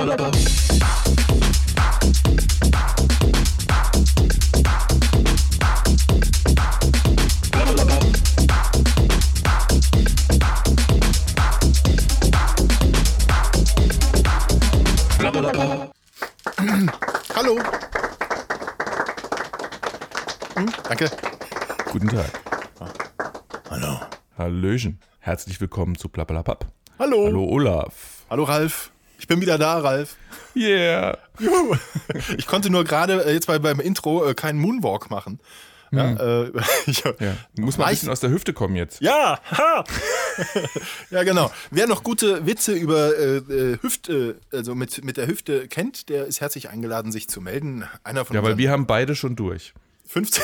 Hallo. Danke. Guten Tag. Hallo. Hallöchen. Herzlich willkommen zu Plappalapapp. Hallo. Hallo Olaf. Hallo Ralf. Ich bin wieder da, Ralf. Yeah. Juhu. Ich konnte nur gerade jetzt beim Intro keinen Moonwalk machen. Ja, Muss mal ein bisschen aus der Hüfte kommen jetzt. Ja, ha. Ja, genau. Wer noch gute Witze über Hüfte, also mit der Hüfte kennt, der ist herzlich eingeladen, sich zu melden. Einer von weil wir haben beide schon durch. 50.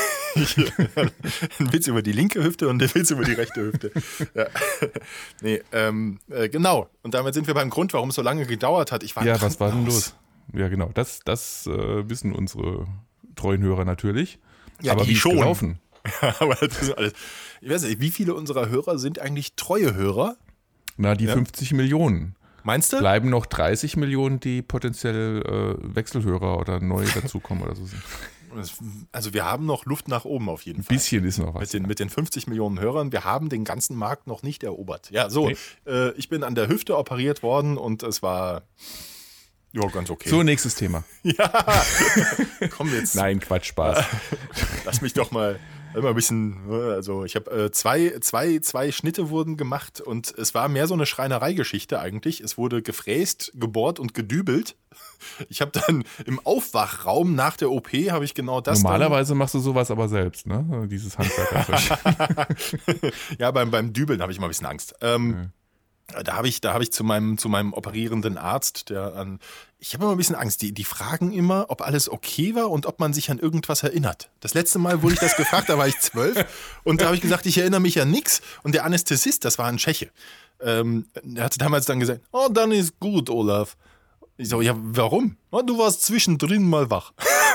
Ein Witz über die linke Hüfte und ein Witz über die rechte Hüfte. Ja. Nee, genau. Und damit sind wir beim Grund, warum es so lange gedauert hat. Ich war Ja, was war denn los? Ja, genau. Das wissen unsere treuen Hörer natürlich. Ja, aber die wie ist schon. gelaufen? Ja, aber das ist alles. Ich weiß nicht, wie viele unserer Hörer sind eigentlich treue Hörer? Na, die 50 Millionen. Meinst du? Bleiben noch 30 Millionen, die potenziell Wechselhörer oder neu dazukommen oder so sind. Also wir haben noch Luft nach oben auf jeden Fall. Ein bisschen ist noch was. Mit den 50 Millionen Hörern, wir haben den ganzen Markt noch nicht erobert. Ja, so, ich bin an der Hüfte operiert worden und es war ganz okay. So, nächstes Thema. Ja, komm jetzt. Nein, Quatsch, Spaß. Lass mich doch mal ein bisschen, also ich habe zwei Schnitte wurden gemacht und es war mehr so eine Schreinereigeschichte eigentlich. Es wurde gefräst, gebohrt und gedübelt. Ich habe dann im Aufwachraum nach der OP habe ich genau das. Normalerweise machst du sowas aber selbst, ne? Dieses Handwerker. Ja, beim Dübeln habe ich immer ein bisschen Angst. Da habe ich zu meinem operierenden Arzt, ich habe immer ein bisschen Angst. Die fragen immer, ob alles okay war und ob man sich an irgendwas erinnert. Das letzte Mal wurde ich das gefragt, da war ich 12 und da habe ich gesagt, ich erinnere mich an nichts. Und der Anästhesist, das war ein Tscheche, der hatte damals dann gesagt, oh, dann ist gut, Olaf. Ich so, ja, warum? Oh, du warst zwischendrin mal wach.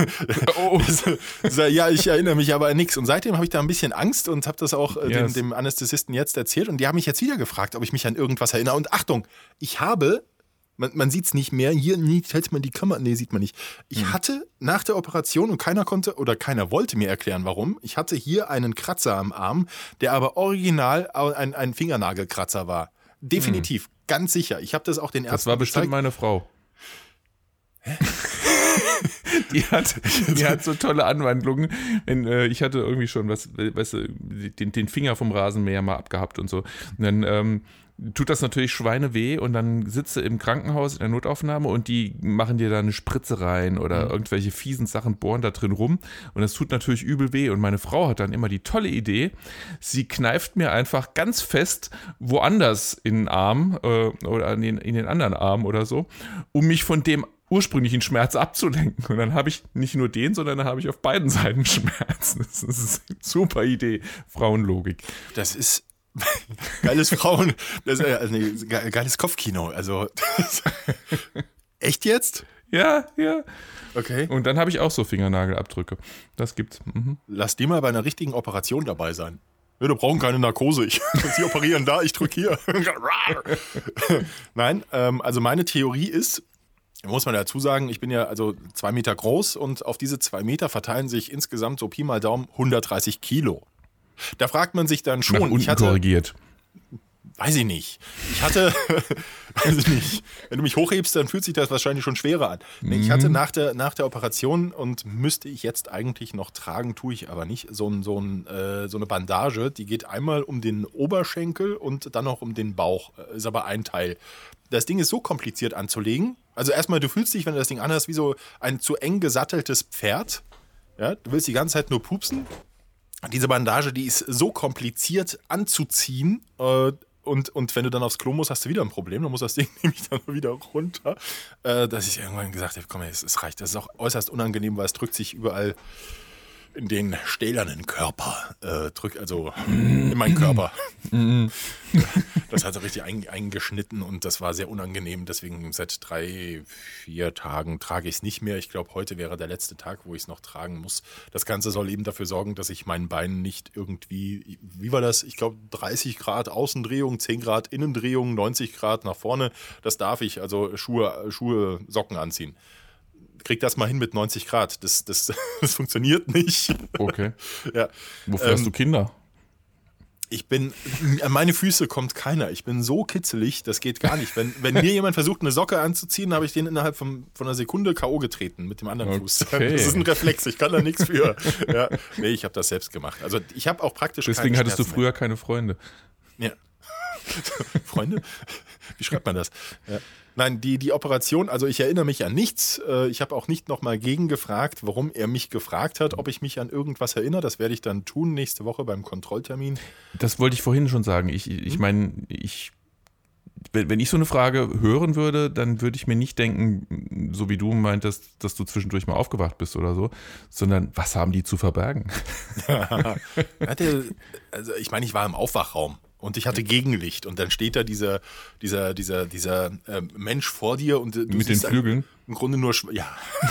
Ja, ich erinnere mich aber an nichts. Und seitdem habe ich da ein bisschen Angst und habe das auch dem Anästhesisten jetzt erzählt. Und die haben mich jetzt wieder gefragt, ob ich mich an irgendwas erinnere. Und Achtung, ich habe, man sieht es nicht mehr, hier hält man die Kamera, nee, sieht man nicht. Ich hatte nach der Operation, und keiner wollte mir erklären, warum, ich hatte hier einen Kratzer am Arm, der aber original ein Fingernagelkratzer war. Definitiv, ganz sicher. Ich habe das auch den Ärzten Das war bestimmt meine Frau. Hä? Die hat so tolle Anwandlungen. Ich hatte irgendwie schon den Finger vom Rasenmäher mal abgehabt und so. Und dann tut das natürlich Schweineweh und dann sitzt du im Krankenhaus in der Notaufnahme und die machen dir da eine Spritze rein oder irgendwelche fiesen Sachen bohren da drin rum und das tut natürlich übel weh und meine Frau hat dann immer die tolle Idee, sie kneift mir einfach ganz fest woanders in den Arm oder in den anderen Arm oder so, um mich von dem ursprünglichen Schmerz abzulenken. Und dann habe ich nicht nur den, sondern dann habe ich auf beiden Seiten Schmerzen. Das ist eine super Idee. Frauenlogik. Das ist geiles geiles Kopfkino. Also echt jetzt? Ja. Okay. Und dann habe ich auch so Fingernagelabdrücke. Das gibt's. Lass die mal bei einer richtigen Operation dabei sein. Ja, wir brauchen keine Narkose. Sie operieren da, ich drücke hier. Nein, also meine Theorie ist, muss man dazu sagen, ich bin ja also 2 Meter groß und auf diese 2 Meter verteilen sich insgesamt so Pi mal Daumen 130 Kilo. Da fragt man sich dann schon. Nach unten korrigiert. Weiß ich nicht. Weiß ich nicht. Wenn du mich hochhebst, dann fühlt sich das wahrscheinlich schon schwerer an. Nee, ich hatte nach der Operation und müsste ich jetzt eigentlich noch tragen, tue ich aber nicht, so eine Bandage, die geht einmal um den Oberschenkel und dann noch um den Bauch. Ist aber ein Teil. Das Ding ist so kompliziert anzulegen. Also erstmal, du fühlst dich, wenn du das Ding anhast, wie so ein zu eng gesatteltes Pferd. Ja, du willst die ganze Zeit nur pupsen. Diese Bandage, die ist so kompliziert anzuziehen und wenn du dann aufs Klo musst, hast du wieder ein Problem. Dann muss das Ding nämlich dann wieder runter. Dass ich irgendwann gesagt habe, komm, es reicht. Das ist auch äußerst unangenehm, weil es drückt sich überall in den stählernen Körper drückt, also in meinen Körper. Das hat so richtig eingeschnitten und das war sehr unangenehm. Deswegen seit 3-4 Tagen trage ich es nicht mehr. Ich glaube, heute wäre der letzte Tag, wo ich es noch tragen muss. Das Ganze soll eben dafür sorgen, dass ich meinen Beinen nicht irgendwie, wie war das? Ich glaube, 30 Grad Außendrehung, 10 Grad Innendrehung, 90 Grad nach vorne. Das darf ich, also Schuhe, Socken anziehen. Krieg das mal hin mit 90 Grad. Das funktioniert nicht. Okay. Ja. Wofür hast du Kinder? An meine Füße kommt keiner. Ich bin so kitzelig, das geht gar nicht. Wenn mir jemand versucht, eine Socke anzuziehen, habe ich den innerhalb von einer Sekunde K.O. getreten mit dem anderen Fuß. Okay. Das ist ein Reflex, ich kann da nichts für. Ja. Nee, ich habe das selbst gemacht. Also ich habe auch praktisch Deswegen keine hattest du Schmerzen früher keine Freunde. mehr. Ja. Freunde? Wie schreibt man das? Ja. Nein, die Operation, also ich erinnere mich an nichts. Ich habe auch nicht nochmal gegengefragt, warum er mich gefragt hat, ob ich mich an irgendwas erinnere. Das werde ich dann tun nächste Woche beim Kontrolltermin. Das wollte ich vorhin schon sagen. Ich meine, wenn ich so eine Frage hören würde, dann würde ich mir nicht denken, so wie du meintest, dass du zwischendurch mal aufgewacht bist oder so, sondern was haben die zu verbergen? Also ich meine, ich war im Aufwachraum. Und ich hatte Gegenlicht und dann steht da dieser Mensch vor dir und du mit den Flügeln? Im Grunde nur, ja,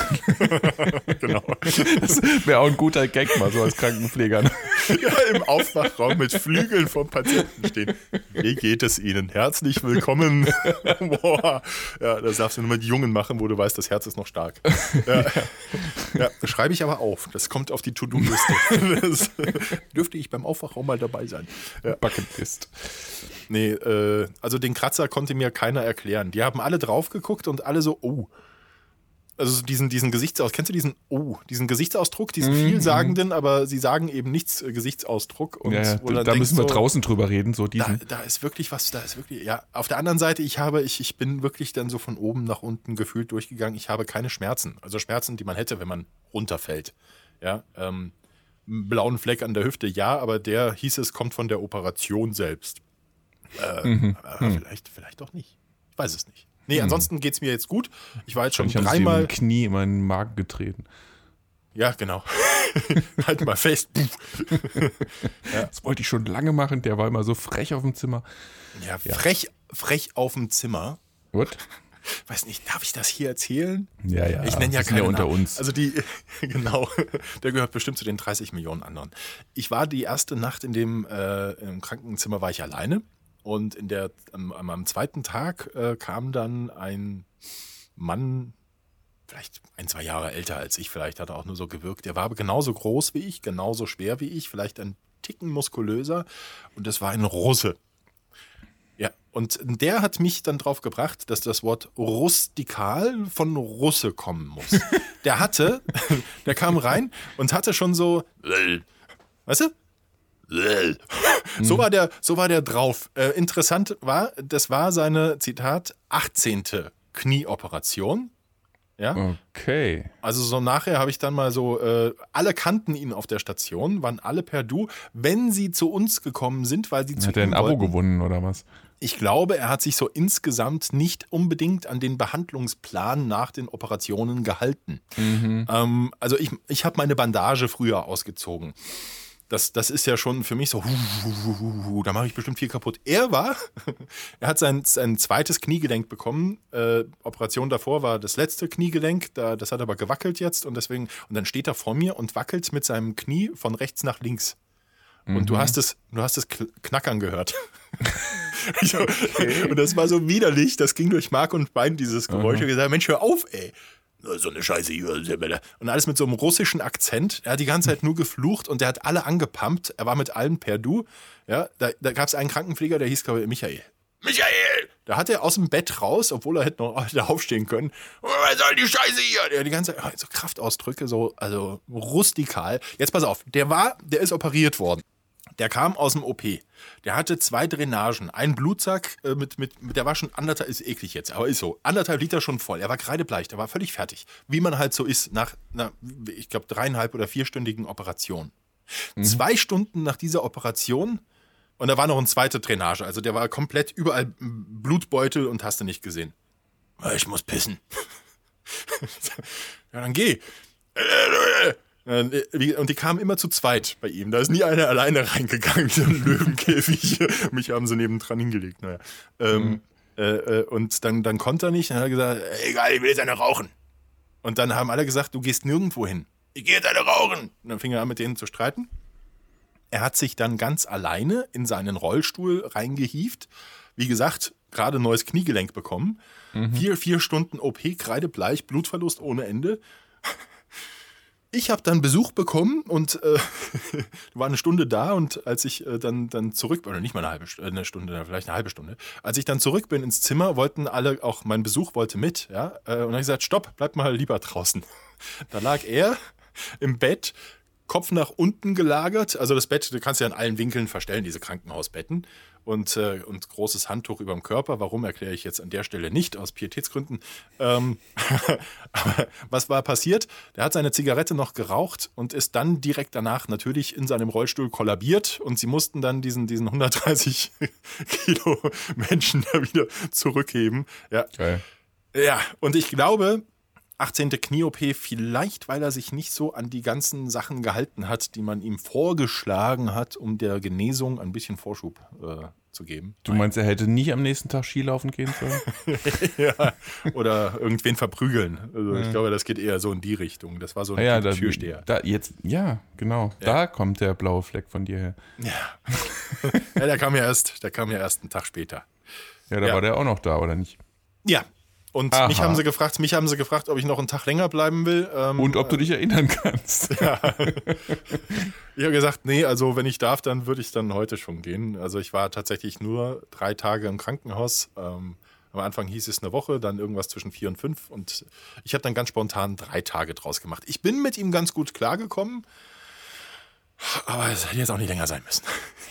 genau. Das wäre auch ein guter Gag mal so als Krankenpfleger. Ja, im Aufwachraum mit Flügeln vom Patienten stehen. Wie geht es Ihnen? Herzlich willkommen. Boah. Ja, das darfst du nur mit Jungen machen, wo du weißt, das Herz ist noch stark. Ja, das schreibe ich aber auf. Das kommt auf die To-Do-Liste. Dürfte ich beim Aufwachraum mal dabei sein. Ja. Bucketlist. Nee, also den Kratzer konnte mir keiner erklären. Die haben alle drauf geguckt und alle so, oh. Also diesen Gesichtsausdruck, kennst du diesen Gesichtsausdruck, diesen vielsagenden, aber sie sagen eben nichts Gesichtsausdruck. Und ja, da müssen wir draußen drüber reden, so diesen. Da ist wirklich was, ja. Auf der anderen Seite, ich bin wirklich dann so von oben nach unten gefühlt durchgegangen. Ich habe keine Schmerzen. Also Schmerzen, die man hätte, wenn man runterfällt. Ja, einen blauen Fleck an der Hüfte, ja, aber der hieß es, kommt von der Operation selbst. Aber vielleicht doch nicht. Ich weiß es nicht. Nee, ansonsten geht es mir jetzt gut. Ich war jetzt schon dreimal. Ich habe Knie in meinen Magen getreten. Ja, genau. Halt mal fest. Ja. Das wollte ich schon lange machen. Der war immer so frech auf dem Zimmer. Ja, frech auf dem Zimmer. What? Weiß nicht, darf ich das hier erzählen? Ja. Ich nenne ja keine unter uns. Also genau, der gehört bestimmt zu den 30 Millionen anderen. Ich war die erste Nacht in dem im Krankenzimmer war ich alleine. Und am zweiten Tag kam dann ein Mann, vielleicht 1-2 Jahre älter als ich, vielleicht hat er auch nur so gewirkt. Der war aber genauso groß wie ich, genauso schwer wie ich, vielleicht ein Ticken muskulöser. Und das war ein Russe. Ja, und der hat mich dann drauf gebracht, dass das Wort rustikal von Russe kommen muss. Der kam rein und hatte schon so, weißt du? So war der drauf. Interessant war, das war seine, Zitat, 18. Knieoperation. Ja? Okay. Also so nachher habe ich dann mal so, alle kannten ihn auf der Station, waren alle per Du, wenn sie zu uns gekommen sind, weil sie zu ihm wollten. Hat er ein Abo gewonnen oder was? Ich glaube, er hat sich so insgesamt nicht unbedingt an den Behandlungsplan nach den Operationen gehalten. Also ich habe meine Bandage früher ausgezogen. Das ist ja schon für mich so, da mache ich bestimmt viel kaputt. Er hat sein zweites Kniegelenk bekommen. Operation davor war das letzte Kniegelenk, das hat aber gewackelt jetzt und dann steht er vor mir und wackelt mit seinem Knie von rechts nach links. Und du hast es knackern gehört. Okay. Und das war so widerlich, das ging durch Mark und Bein, dieses Geräusch. Ich habe gesagt, Mensch, hör auf, ey. So eine Scheiße hier. Und alles mit so einem russischen Akzent. Er hat die ganze Zeit nur geflucht und der hat alle angepumpt. Er war mit allen per Du. Ja, da gab es einen Krankenpfleger, der hieß, glaube ich, Michael. Michael! Da hat er aus dem Bett raus, obwohl er hätte aufstehen können. Was soll die Scheiße hier? Der die ganze Zeit, so Kraftausdrücke, also rustikal. Jetzt pass auf, der ist operiert worden. Der kam aus dem OP. Der hatte 2 Drainagen, einen Blutsack der war schon ist eklig jetzt, aber ist so, 1,5 Liter schon voll. Er war kreidebleich, der war völlig fertig. Wie man halt so ist nach einer, ich glaube, 3,5- oder 4-stündigen Operation. 2 Stunden nach dieser Operation und da war noch eine zweite Drainage, also der war komplett überall Blutbeutel und hast du nicht gesehen. Ich muss pissen. Ja, dann geh. Und die kamen immer zu zweit bei ihm. Da ist nie einer alleine reingegangen, wie so ein Löwenkäfig. Mich haben sie nebendran hingelegt. Naja. Und dann konnte er nicht. Dann hat er gesagt, egal, ich will jetzt eine rauchen. Und dann haben alle gesagt, du gehst nirgendwo hin. Ich gehe jetzt eine rauchen. Und dann fing er an, mit denen zu streiten. Er hat sich dann ganz alleine in seinen Rollstuhl reingehievt. Wie gesagt, gerade neues Kniegelenk bekommen. 4 Stunden OP, kreidebleich, Blutverlust ohne Ende. Ich habe dann Besuch bekommen und war eine Stunde da, und als ich dann zurück, oder nicht mal eine Stunde, vielleicht eine halbe Stunde, als ich dann zurück bin ins Zimmer, wollten alle, auch mein Besuch wollte mit, ja, und dann habe ich gesagt, stopp, bleib mal lieber draußen. Da lag er im Bett, Kopf nach unten gelagert, also das Bett, du kannst ja in allen Winkeln verstellen, diese Krankenhausbetten, und großes Handtuch über dem Körper. Warum, erkläre ich jetzt an der Stelle nicht, aus Pietätsgründen. Aber was war passiert? Der hat seine Zigarette noch geraucht und ist dann direkt danach natürlich in seinem Rollstuhl kollabiert, und sie mussten dann diesen 130 Kilo Menschen da wieder zurückheben. Ja. Geil. Ja, und ich glaube, 18. Knie-OP, vielleicht weil er sich nicht so an die ganzen Sachen gehalten hat, die man ihm vorgeschlagen hat, um der Genesung ein bisschen Vorschub zu geben. Du meinst, er hätte nicht am nächsten Tag Skilaufen gehen sollen? Ja, oder irgendwen verprügeln. Also ich glaube, das geht eher so in die Richtung. Das war so ein Türsteher. Ja, genau. Ja. Da kommt der blaue Fleck von dir her. Ja, ja, der kam ja erst einen Tag später. Ja, da war der auch noch da, oder nicht? Ja. Und mich haben sie gefragt, ob ich noch einen Tag länger bleiben will. Und ob du dich erinnern kannst. Ja. Ich habe gesagt, nee, also wenn ich darf, dann würde ich dann heute schon gehen. Also ich war tatsächlich nur 3 Tage im Krankenhaus. Am Anfang hieß es eine Woche, dann irgendwas zwischen 4 und 5. Und ich habe dann ganz spontan 3 Tage draus gemacht. Ich bin mit ihm ganz gut klargekommen. Aber es hätte jetzt auch nicht länger sein müssen.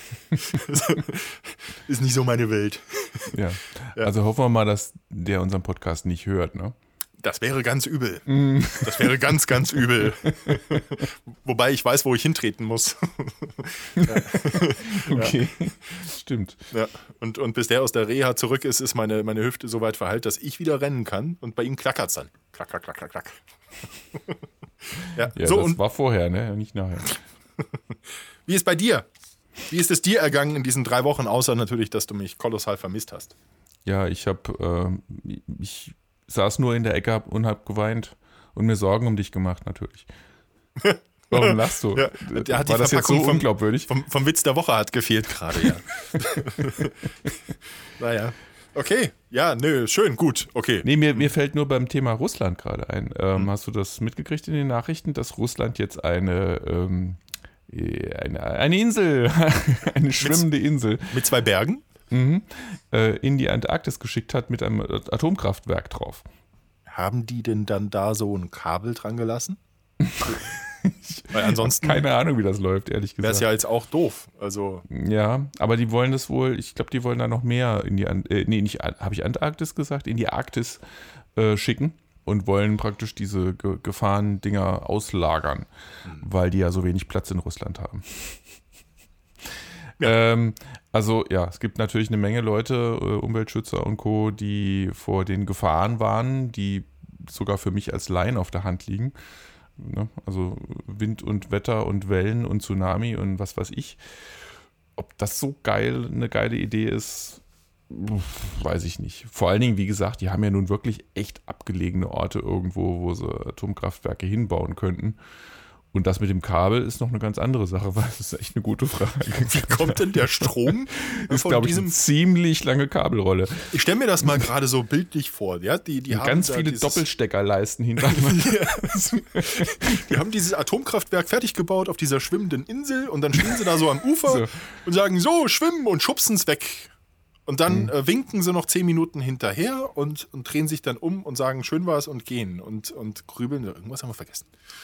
Ist nicht so meine Welt. Ja. Also hoffen wir mal, dass der unseren Podcast nicht hört, ne? Das wäre ganz übel. Das wäre ganz, ganz übel. Wobei ich weiß, wo ich hintreten muss. Ja. Okay, stimmt. Ja. Und bis der aus der Reha zurück ist, ist meine Hüfte so weit verheilt, dass ich wieder rennen kann. Und bei ihm klackert es dann. Klack, klack, klack, klack, klack. Ja, so, das war vorher, ne? Nicht nachher. Wie ist bei dir? Wie ist es dir ergangen in diesen 3 Wochen, außer natürlich, dass du mich kolossal vermisst hast? Ja, ich saß nur in der Ecke und habe geweint und mir Sorgen um dich gemacht, natürlich. Warum lachst du? Ja, war das jetzt so unglaubwürdig? Vom Witz der Woche hat gefehlt gerade, ja. Naja. Okay, ja, nö, schön, gut, okay. Nee, mir fällt nur beim Thema Russland gerade ein. Hast du das mitgekriegt in den Nachrichten, dass Russland jetzt eine Insel, eine schwimmende Insel. Mit 2 Bergen? In die Antarktis geschickt hat mit einem Atomkraftwerk drauf. Haben die denn dann da so ein Kabel dran gelassen? Weil ansonsten. Keine Ahnung, wie das läuft, ehrlich gesagt. Wäre es ja jetzt auch doof. Also. Ja, aber die wollen das wohl, ich glaube, die wollen da noch mehr in die, habe ich Antarktis gesagt? In die Arktis schicken. Und wollen praktisch diese Gefahrendinger auslagern, weil die ja so wenig Platz in Russland haben. Ja. Also ja, es gibt natürlich eine Menge Leute, Umweltschützer und Co., die vor den Gefahren warnen, die sogar für mich als Laien auf der Hand liegen. Ne? Also Wind und Wetter und Wellen und Tsunami und was weiß ich. Ob das so eine geile Idee ist, weiß ich nicht. Vor allen Dingen, wie gesagt, die haben ja nun wirklich echt abgelegene Orte irgendwo, wo sie Atomkraftwerke hinbauen könnten. Und das mit dem Kabel ist noch eine ganz andere Sache, weil das ist echt eine gute Frage. Wie kommt denn der Strom? Das ist, glaube ich, eine ziemlich lange Kabelrolle. Ich stelle mir das mal gerade so bildlich vor. Ja? Die haben ganz viele Doppelsteckerleisten hintereinander. Die haben dieses Atomkraftwerk fertig gebaut auf dieser schwimmenden Insel und dann stehen sie da so am Ufer und sagen, so, schwimmen, und schubsen es weg. Und dann winken sie noch 10 Minuten hinterher und drehen sich dann um und sagen, schön war es, und gehen und grübeln. Irgendwas haben wir vergessen.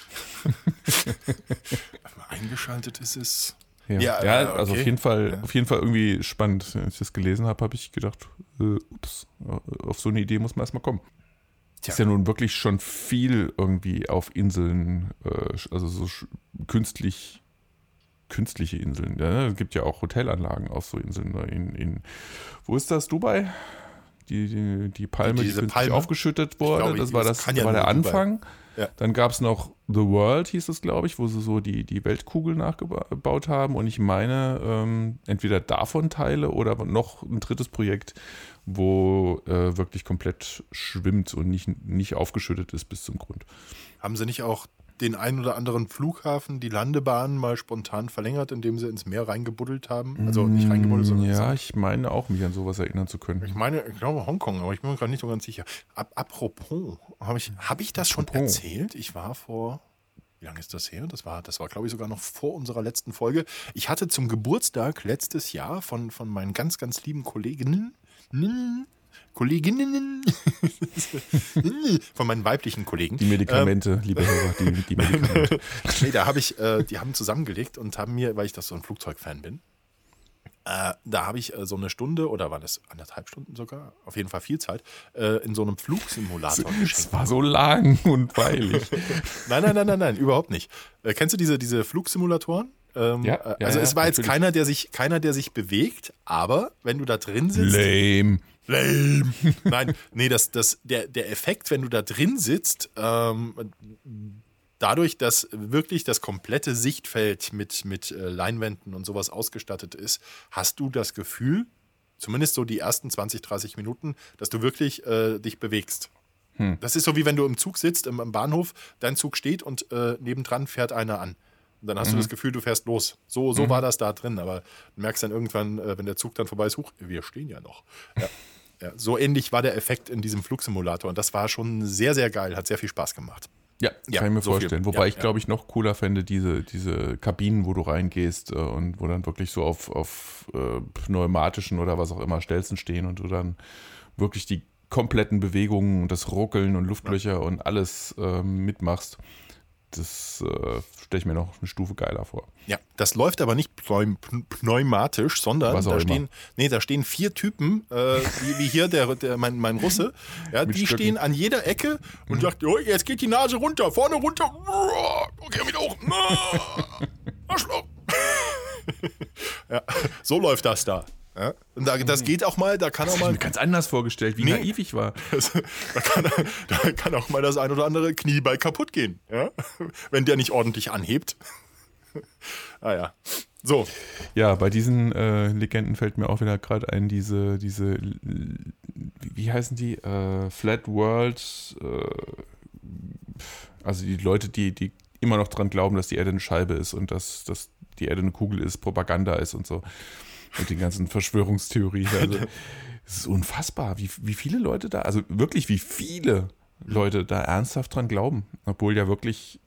Eingeschaltet ist es. Ja, also okay. Auf jeden Fall irgendwie spannend. Als ich das gelesen habe, habe ich gedacht, ups, auf so eine Idee muss man erstmal kommen. Tja. Ist ja nun wirklich schon viel irgendwie auf Inseln, also so künstliche Inseln. Ja, es gibt ja auch Hotelanlagen auf so Inseln. In wo ist das? Dubai? Die Palme, die künstlich aufgeschüttet wurde. Das war der Anfang. Ja. Dann gab es noch The World, hieß es, glaube ich, wo sie so die Weltkugel nachgebaut haben. Und ich meine, entweder davon Teile oder noch ein drittes Projekt, wo wirklich komplett schwimmt und nicht aufgeschüttet ist bis zum Grund. Haben sie nicht auch den einen oder anderen Flughafen, die Landebahn mal spontan verlängert, indem sie ins Meer reingebuddelt haben? Also nicht reingebuddelt, sondern... Ja, ich meine auch, mich an sowas erinnern zu können. Ich glaube Hongkong, aber ich bin mir gerade nicht so ganz sicher. Apropos, habe ich das schon erzählt? Ich war vor... Wie lange ist das her? Das war glaube ich, sogar noch vor unserer letzten Folge. Ich hatte zum Geburtstag letztes Jahr von meinen ganz, ganz lieben Kolleginnen, von meinen weiblichen Kollegen. Die Medikamente, liebe Hörer, die Medikamente. Nee, die haben zusammengelegt und haben mir, weil ich das so ein Flugzeugfan bin, da habe ich so eine Stunde oder waren das 1,5 Stunden sogar, auf jeden Fall viel Zeit, in so einem Flugsimulator geschenkt. Es war so lang und weilig. Nein, überhaupt nicht. Kennst du diese Flugsimulatoren? Also es war jetzt keiner, der sich bewegt, aber wenn du da drin sitzt... Lame. Nein, der Effekt, wenn du da drin sitzt, dadurch, dass wirklich das komplette Sichtfeld mit Leinwänden und sowas ausgestattet ist, hast du das Gefühl, zumindest so die ersten 20, 30 Minuten, dass du wirklich dich bewegst. Das ist so, wie wenn du im Zug sitzt, im Bahnhof, dein Zug steht und nebendran fährt einer an. Und dann hast du das Gefühl, du fährst los. So war das da drin. Aber du merkst dann irgendwann, wenn der Zug dann vorbei ist, wir stehen ja noch. Ja, so ähnlich war der Effekt in diesem Flugsimulator. Und das war schon sehr, sehr geil. Hat sehr viel Spaß gemacht. Ja, kann ich mir vorstellen. Wobei ich, glaube ich, noch cooler fände, diese Kabinen, wo du reingehst und wo dann wirklich so auf pneumatischen oder was auch immer Stelzen stehen und du dann wirklich die kompletten Bewegungen und das Ruckeln und Luftlöcher und alles mitmachst. Das stelle ich mir noch eine Stufe geiler vor. Ja, das läuft aber nicht pneumatisch, sondern da stehen 4 Typen, wie hier mein Russe, ja, die stehen an jeder Ecke und sagt, oh, jetzt geht die Nase runter, vorne runter, okay, wieder hoch, Arschloch. Ja, so läuft das da. Ja, und das geht auch mal, da kann auch mal... Ich mir ganz anders vorgestellt, wie naiv ich war. Da kann auch mal das ein oder andere Kniebein kaputt gehen, ja? Wenn der nicht ordentlich anhebt. Ja. So. Ja, bei diesen Legenden fällt mir auch wieder gerade ein, diese wie heißen die? Flat World, also die Leute, die immer noch dran glauben, dass die Erde eine Scheibe ist und dass die Erde eine Kugel ist, Propaganda ist und so. Mit den ganzen Verschwörungstheorien. Also, es ist unfassbar, wie viele Leute da, also wirklich wie viele Leute da ernsthaft dran glauben. Obwohl ja wirklich,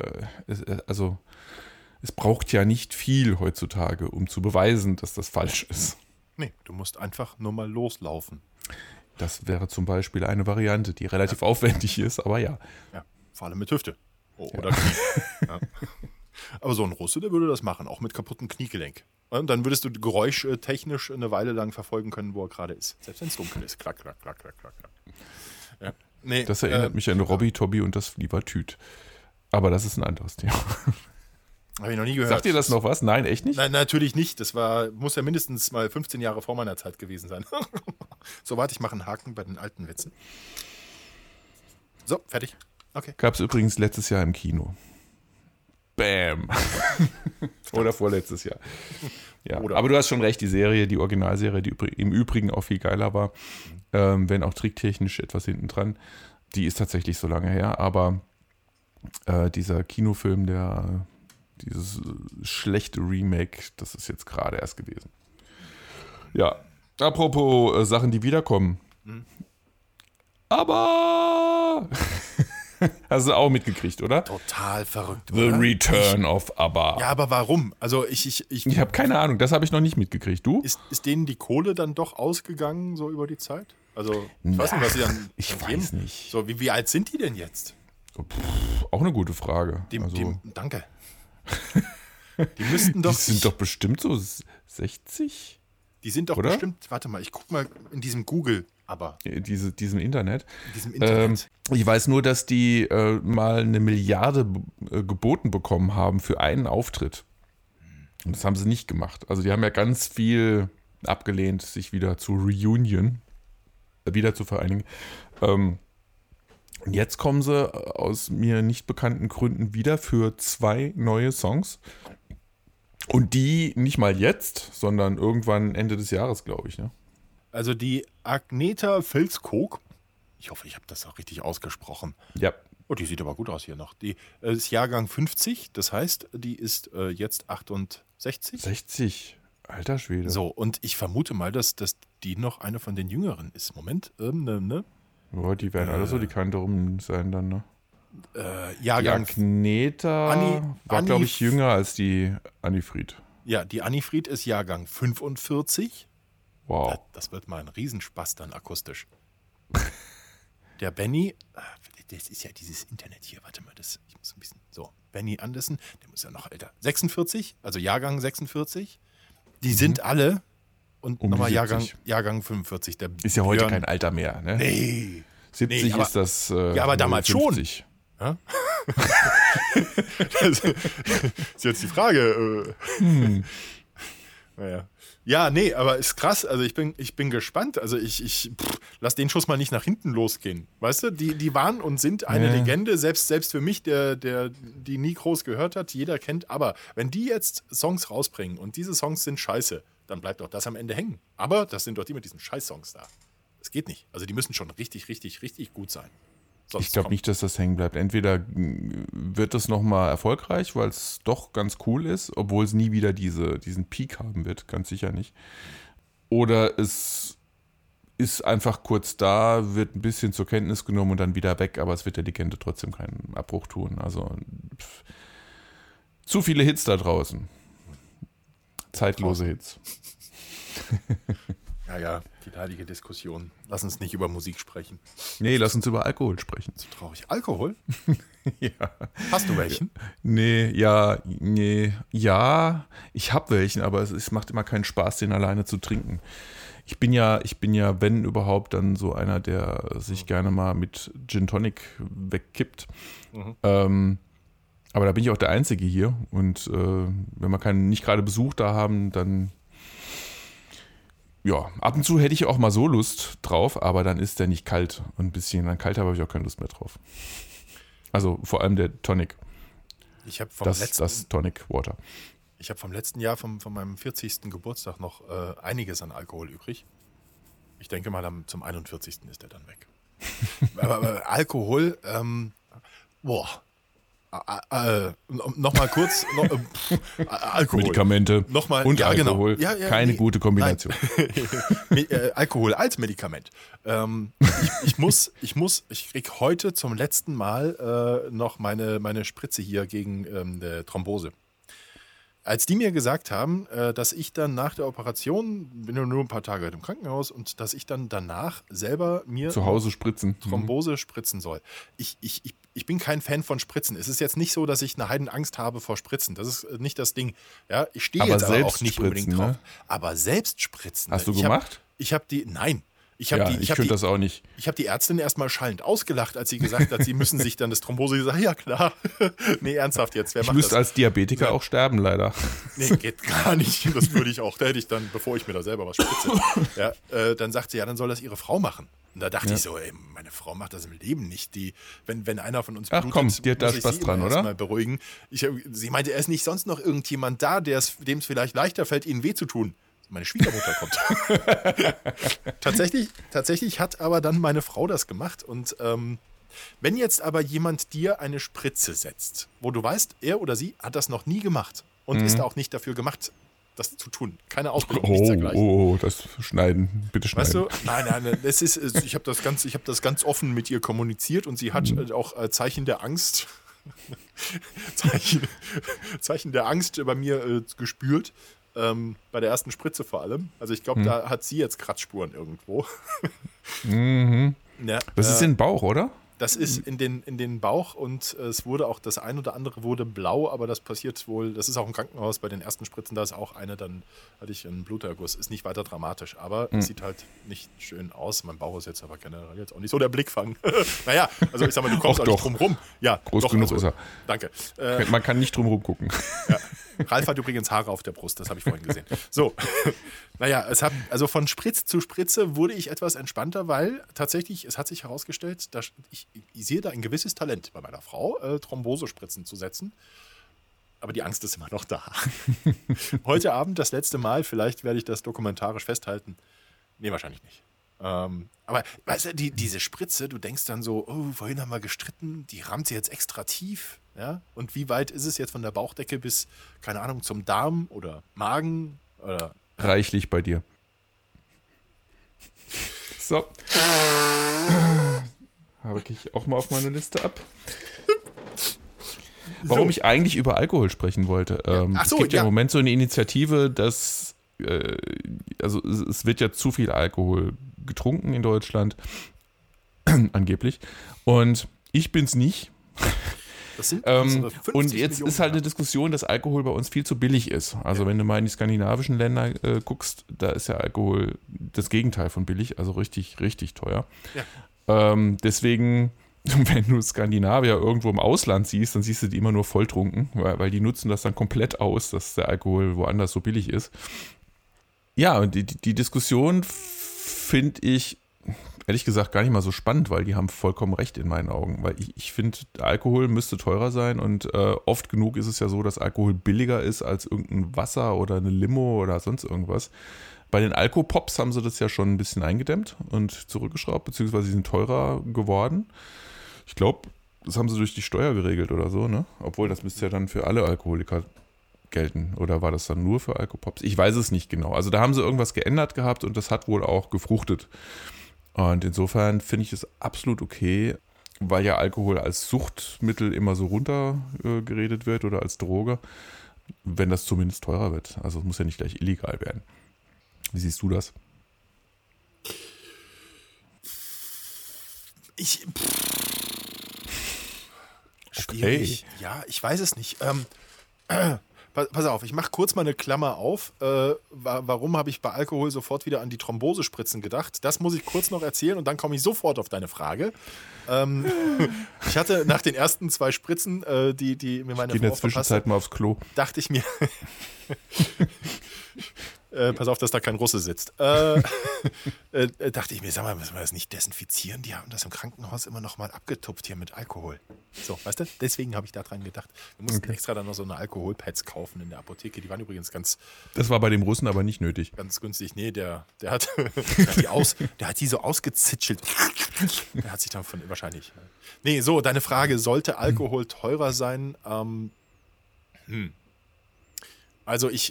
es braucht ja nicht viel heutzutage, um zu beweisen, dass das falsch ist. Nee, du musst einfach nur mal loslaufen. Das wäre zum Beispiel eine Variante, die relativ aufwendig ist, aber ja. Ja, vor allem mit Hüfte. Oder Knie. Ja. Aber so ein Russe, der würde das machen, auch mit kaputten Kniegelenk. Und dann würdest du geräuschtechnisch eine Weile lang verfolgen können, wo er gerade ist. Selbst wenn es dunkel ist. Klack, klack, klack, klack, klack. Ja. Nee, das erinnert mich an Robby, Tobby und das Fliebertüt. Aber das ist ein anderes Thema. Habe ich noch nie gehört. Sagt dir das noch was? Nein, echt nicht? Nein, natürlich nicht. Das muss ja mindestens mal 15 Jahre vor meiner Zeit gewesen sein. So, warte, ich mache einen Haken bei den alten Witzen. So, fertig. Okay. Gab es übrigens letztes Jahr im Kino. Bam. Oder vorletztes Jahr. Ja. Aber du hast schon recht, die Serie, die Originalserie, die im Übrigen auch viel geiler war, wenn auch tricktechnisch etwas hinten dran, die ist tatsächlich so lange her, aber dieser Kinofilm, dieses schlechte Remake, das ist jetzt gerade erst gewesen. Ja, apropos Sachen, die wiederkommen. Aber... Hast du auch mitgekriegt, oder? Total verrückt, The oder? Return of ABBA. Ja, aber warum? Also ich habe keine Ahnung, das habe ich noch nicht mitgekriegt. Du? Ist denen die Kohle dann doch ausgegangen, so über die Zeit? Also, ich weiß nicht, was sie dann Ich geben. weiß nicht. So, wie alt sind die denn jetzt? Auch eine gute Frage. Danke. Die müssten doch... Die sind doch bestimmt so 60? Die sind doch oder? Bestimmt... Warte mal, ich guck mal in diesem Google... Aber diesem Internet. Internet. Ich weiß nur, dass die mal 1 Milliarde geboten bekommen haben für einen Auftritt. Und das haben sie nicht gemacht. Also die haben ja ganz viel abgelehnt, sich wieder zu reunion, wieder zu vereinigen. Und jetzt kommen sie aus mir nicht bekannten Gründen wieder für 2 neue Songs. Und die nicht mal jetzt, sondern irgendwann Ende des Jahres, glaube ich. Ne? Also die Agneta Filzkog, ich hoffe, ich habe das auch richtig ausgesprochen. Ja. Oh, die sieht aber gut aus hier noch. Die ist Jahrgang 50, das heißt, die ist jetzt 68. 60, alter Schwede. So, und ich vermute mal, dass die noch eine von den Jüngeren ist. Moment, ne? Ja, die werden alle so die Kante rum sein dann, ne? Jahrgang. Die Agneta war, glaube ich, jünger als die Annifried. Ja, die Annifried ist Jahrgang 45. Wow. Das wird mal ein Riesenspaß dann akustisch. Der Benny, das ist ja dieses Internet hier, warte mal, ich muss ein bisschen, so, Benny Anderson, der muss ja noch älter. 46, also Jahrgang 46. Die sind alle, und nochmal Jahrgang 45. Der ist ja heute kein Alter mehr, ne? Nee. 70 aber, ist das. Ja, aber damals 50. schon. Ja? Das ist jetzt die Frage. Naja. Ja, nee, aber ist krass. Also ich bin gespannt. Also ich lass den Schuss mal nicht nach hinten losgehen. Weißt du, die waren und sind eine Legende, selbst für mich, der die nie groß gehört hat, jeder kennt. Aber wenn die jetzt Songs rausbringen und diese Songs sind scheiße, dann bleibt doch das am Ende hängen. Aber das sind doch die mit diesen Scheiß-Songs da. Das geht nicht. Also die müssen schon richtig, richtig, richtig gut sein. Ich glaube nicht, dass das hängen bleibt. Entweder wird es nochmal erfolgreich, weil es doch ganz cool ist, obwohl es nie wieder diesen Peak haben wird, ganz sicher nicht. Oder es ist einfach kurz da, wird ein bisschen zur Kenntnis genommen und dann wieder weg, aber es wird der Legende trotzdem keinen Abbruch tun. Also zu viele Hits da draußen. Zeitlose Hits. Ja, die heilige Diskussion. Lass uns nicht über Musik sprechen. Nee, lass uns über Alkohol sprechen. Zu traurig. Alkohol? Ja. Hast du welchen? Nee, ich habe welchen, aber es macht immer keinen Spaß, den alleine zu trinken. Ich bin ja, wenn überhaupt, dann so einer, der sich gerne mal mit Gin Tonic wegkippt. Aber da bin ich auch der Einzige hier. Und wenn wir nicht gerade Besuch da haben, dann ja, ab und zu hätte ich auch mal so Lust drauf, aber dann ist der nicht kalt. Und ein bisschen dann kalt habe ich auch keine Lust mehr drauf. Also vor allem der Tonic. Ich habe das Tonic Water. Ich habe vom letzten Jahr, von meinem 40. Geburtstag noch einiges an Alkohol übrig. Ich denke mal, zum 41. ist der dann weg. aber Alkohol, nochmal kurz, Alkohol. Medikamente nochmal, und ja, Alkohol, genau. keine gute Kombination. Alkohol als Medikament. Ich krieg heute zum letzten Mal noch meine Spritze hier gegen Thrombose. Als die mir gesagt haben, dass ich dann nach der Operation, bin nur ein paar Tage im Krankenhaus, und dass ich dann danach selber mir zu Hause spritzen. Thrombose spritzen soll. Ich bin kein Fan von Spritzen. Es ist jetzt nicht so, dass ich eine Heidenangst habe vor Spritzen. Das ist nicht das Ding. Ja, ich stehe jetzt aber auch nicht unbedingt drauf. Ne? Aber selbst spritzen. Hast du gemacht? Nein. Ich könnte das auch nicht. Ich habe die Ärztin erstmal schallend ausgelacht, als sie gesagt hat, sie müssen sich dann das Thrombose gesagt. Ja, klar. Nee, ernsthaft jetzt. Wer macht das? Ich müsste als Diabetiker auch sterben, leider. Nee, geht gar nicht. Das würde ich auch. Da hätte ich dann, bevor ich mir da selber was spritze. Ja, dann sagt sie, ja, dann soll das ihre Frau machen. Und da dachte ich so, ey, meine Frau macht das im Leben nicht. Wenn einer von uns blutet, komm, die hat da Spaß dran, oder? Mal beruhigen. Sie meinte, er ist nicht sonst noch irgendjemand da, dem es vielleicht leichter fällt, ihnen weh zu tun. Meine Schwiegermutter kommt. Tatsächlich hat aber dann meine Frau das gemacht. Und wenn jetzt aber jemand dir eine Spritze setzt, wo du weißt, er oder sie hat das noch nie gemacht und ist auch nicht dafür gemacht, das zu tun. Keine Ausbildung, nichts dergleichen. Oh, das schneiden. Bitte schneiden. Weißt du? Nein. Ich habe das ganz offen mit ihr kommuniziert und sie hat auch Zeichen der Angst Zeichen der Angst bei mir gespürt. Bei der ersten Spritze vor allem. Also ich glaube, da hat sie jetzt Kratzspuren irgendwo. Ja, das ist in den Bauch, oder? Das ist in den Bauch, und es wurde auch, das ein oder andere wurde blau, aber das passiert wohl, das ist auch im Krankenhaus, bei den ersten Spritzen, da ist auch eine, dann hatte ich einen Bluterguss. Ist nicht weiter dramatisch, aber es sieht halt nicht schön aus. Mein Bauch ist jetzt aber generell jetzt auch nicht so der Blickfang. Naja, also ich sag mal, du kommst auch nicht drum rum. Ja, groß genug ist er. Danke. Man kann nicht drum rum gucken. Ja. Ralf hat übrigens Haare auf der Brust, das habe ich vorhin gesehen. So, naja, also von Spritze zu Spritze wurde ich etwas entspannter, weil tatsächlich, es hat sich herausgestellt, dass ich sehe da ein gewisses Talent bei meiner Frau, Thrombosespritzen zu setzen. Aber die Angst ist immer noch da. Heute Abend das letzte Mal, vielleicht werde ich das dokumentarisch festhalten. Nee, wahrscheinlich nicht. Aber weißt du, diese Spritze, du denkst dann so, oh, vorhin haben wir gestritten, die rammt sie jetzt extra tief. Ja? Und wie weit ist es jetzt von der Bauchdecke bis, keine Ahnung, zum Darm oder Magen? Oder reichlich bei dir. So. Habe ich auch mal auf meine Liste ab. Warum ich eigentlich über Alkohol sprechen wollte. Es gibt ja im Moment so eine Initiative, dass also es wird ja zu viel Alkohol getrunken in Deutschland, angeblich. Und ich bin's nicht. Das sind und jetzt ist halt eine Diskussion, dass Alkohol bei uns viel zu billig ist. Also wenn du mal in die skandinavischen Länder guckst, da ist ja Alkohol das Gegenteil von billig, also richtig, richtig teuer. Ja. Deswegen, wenn du Skandinavier irgendwo im Ausland siehst, dann siehst du die immer nur volltrunken, weil die nutzen das dann komplett aus, dass der Alkohol woanders so billig ist. Ja, und die Diskussion finde ich ehrlich gesagt gar nicht mal so spannend, weil die haben vollkommen recht in meinen Augen. Weil ich finde, Alkohol müsste teurer sein und oft genug ist es ja so, dass Alkohol billiger ist als irgendein Wasser oder eine Limo oder sonst irgendwas. Bei den Alkopops haben sie das ja schon ein bisschen eingedämmt und zurückgeschraubt, beziehungsweise sie sind teurer geworden. Ich glaube, das haben sie durch die Steuer geregelt oder so, ne? Obwohl, das müsste ja dann für alle Alkoholiker gelten. Oder war das dann nur für Alkopops? Ich weiß es nicht genau. Also da haben sie irgendwas geändert gehabt und das hat wohl auch gefruchtet. Und insofern finde ich es absolut okay, weil ja Alkohol als Suchtmittel immer so runtergeredet wird oder als Droge, wenn das zumindest teurer wird. Also es muss ja nicht gleich illegal werden. Wie siehst du das? Schwierig. Okay. Ja, ich weiß es nicht. Pass auf, ich mache kurz mal eine Klammer auf. Warum habe ich bei Alkohol sofort wieder an die Thrombosespritzen gedacht? Das muss ich kurz noch erzählen und dann komme ich sofort auf deine Frage. Ich hatte nach den ersten 2 Spritzen, die mir meine Frau verpasst hat, in der Zwischenzeit mal aufs Klo. Dachte ich mir, pass auf, dass da kein Russe sitzt. Dachte ich mir, sag mal, müssen wir das nicht desinfizieren? Die haben das im Krankenhaus immer noch mal abgetupft hier mit Alkohol. So, weißt du? Deswegen habe ich daran gedacht. Wir mussten extra dann noch so eine Alkoholpads kaufen in der Apotheke. Die waren übrigens ganz... Das war bei dem Russen aber nicht nötig. Ganz günstig. Nee, der hat die so ausgezitschelt. Der hat sich davon wahrscheinlich... Nee, so, deine Frage, sollte Alkohol teurer sein? Also ich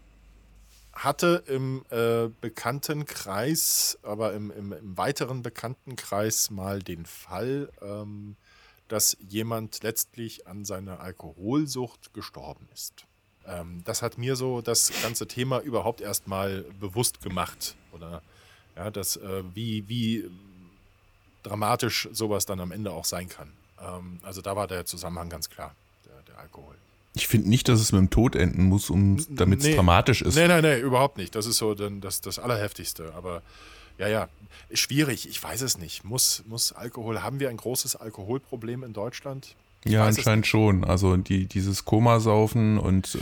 hatte im Bekanntenkreis, aber im weiteren Bekanntenkreis mal den Fall, dass jemand letztlich an seiner Alkoholsucht gestorben ist. Das hat mir so das ganze Thema überhaupt erst mal bewusst gemacht. Oder ja, wie dramatisch sowas dann am Ende auch sein kann. Also da war der Zusammenhang ganz klar, der Alkohol. Ich finde nicht, dass es mit dem Tod enden muss, damit es dramatisch ist. Nee, überhaupt nicht. Das ist so dann das Allerheftigste. Aber ja, schwierig. Ich weiß es nicht. Muss Alkohol, haben wir ein großes Alkoholproblem in Deutschland? Ja, anscheinend schon. Also dieses Komasaufen und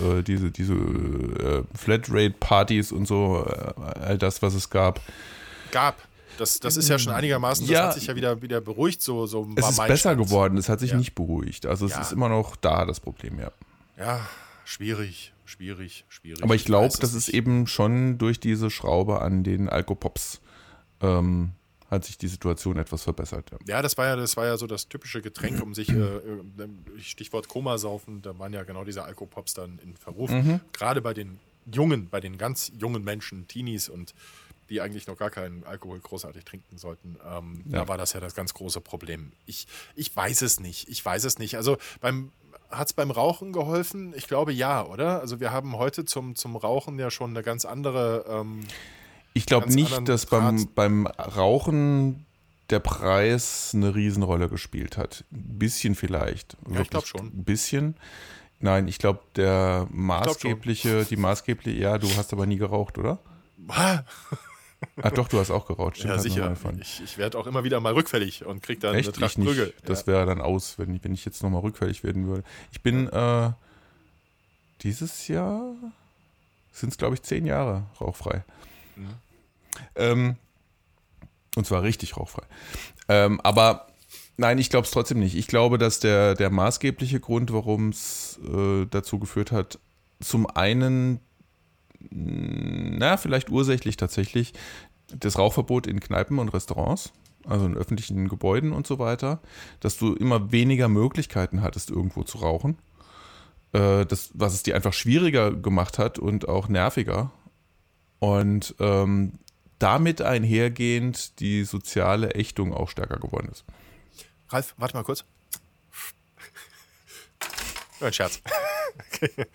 diese Flatrate-Partys und so, all das, was es gab. Das ist ja schon einigermaßen, das hat sich ja wieder beruhigt. So es ist besser geworden, es hat sich nicht beruhigt. Also es ist immer noch da, das Problem, ja. Ja, schwierig. Aber ich glaube, das ist eben schon durch diese Schraube an den Alkopops hat sich die Situation etwas verbessert. Ja, das war ja so das typische Getränk, um sich, Stichwort Komasaufen, da waren ja genau diese Alkopops dann in Verruf. Gerade bei den ganz jungen Menschen, Teenies und die eigentlich noch gar keinen Alkohol großartig trinken sollten. Da war das ja das ganz große Problem. Ich weiß es nicht. Also hat es beim Rauchen geholfen? Ich glaube ja, oder? Also wir haben heute zum Rauchen ja schon eine ganz andere... ich glaube nicht, dass beim Rauchen der Preis eine Riesenrolle gespielt hat. Ein bisschen vielleicht. Ja, ich glaube schon. Ein bisschen. Nein, ich glaube, die maßgebliche, ja, du hast aber nie geraucht, oder? Ach doch, du hast auch geraucht. Ja, sicher. Ich werde auch immer wieder mal rückfällig und kriege dann eine Tracht Prügel. Das wäre dann aus, wenn ich jetzt nochmal rückfällig werden würde. Ich bin dieses Jahr sind es, glaube ich, 10 Jahre rauchfrei. Und zwar richtig rauchfrei. Aber nein, ich glaube es trotzdem nicht. Ich glaube, dass der maßgebliche Grund, warum es dazu geführt hat, zum einen, vielleicht ursächlich tatsächlich, das Rauchverbot in Kneipen und Restaurants, also in öffentlichen Gebäuden und so weiter, dass du immer weniger Möglichkeiten hattest, irgendwo zu rauchen. Was es dir einfach schwieriger gemacht hat und auch nerviger. Und damit einhergehend die soziale Ächtung auch stärker geworden ist. Ralf, warte mal kurz. Ein Scherz. Okay.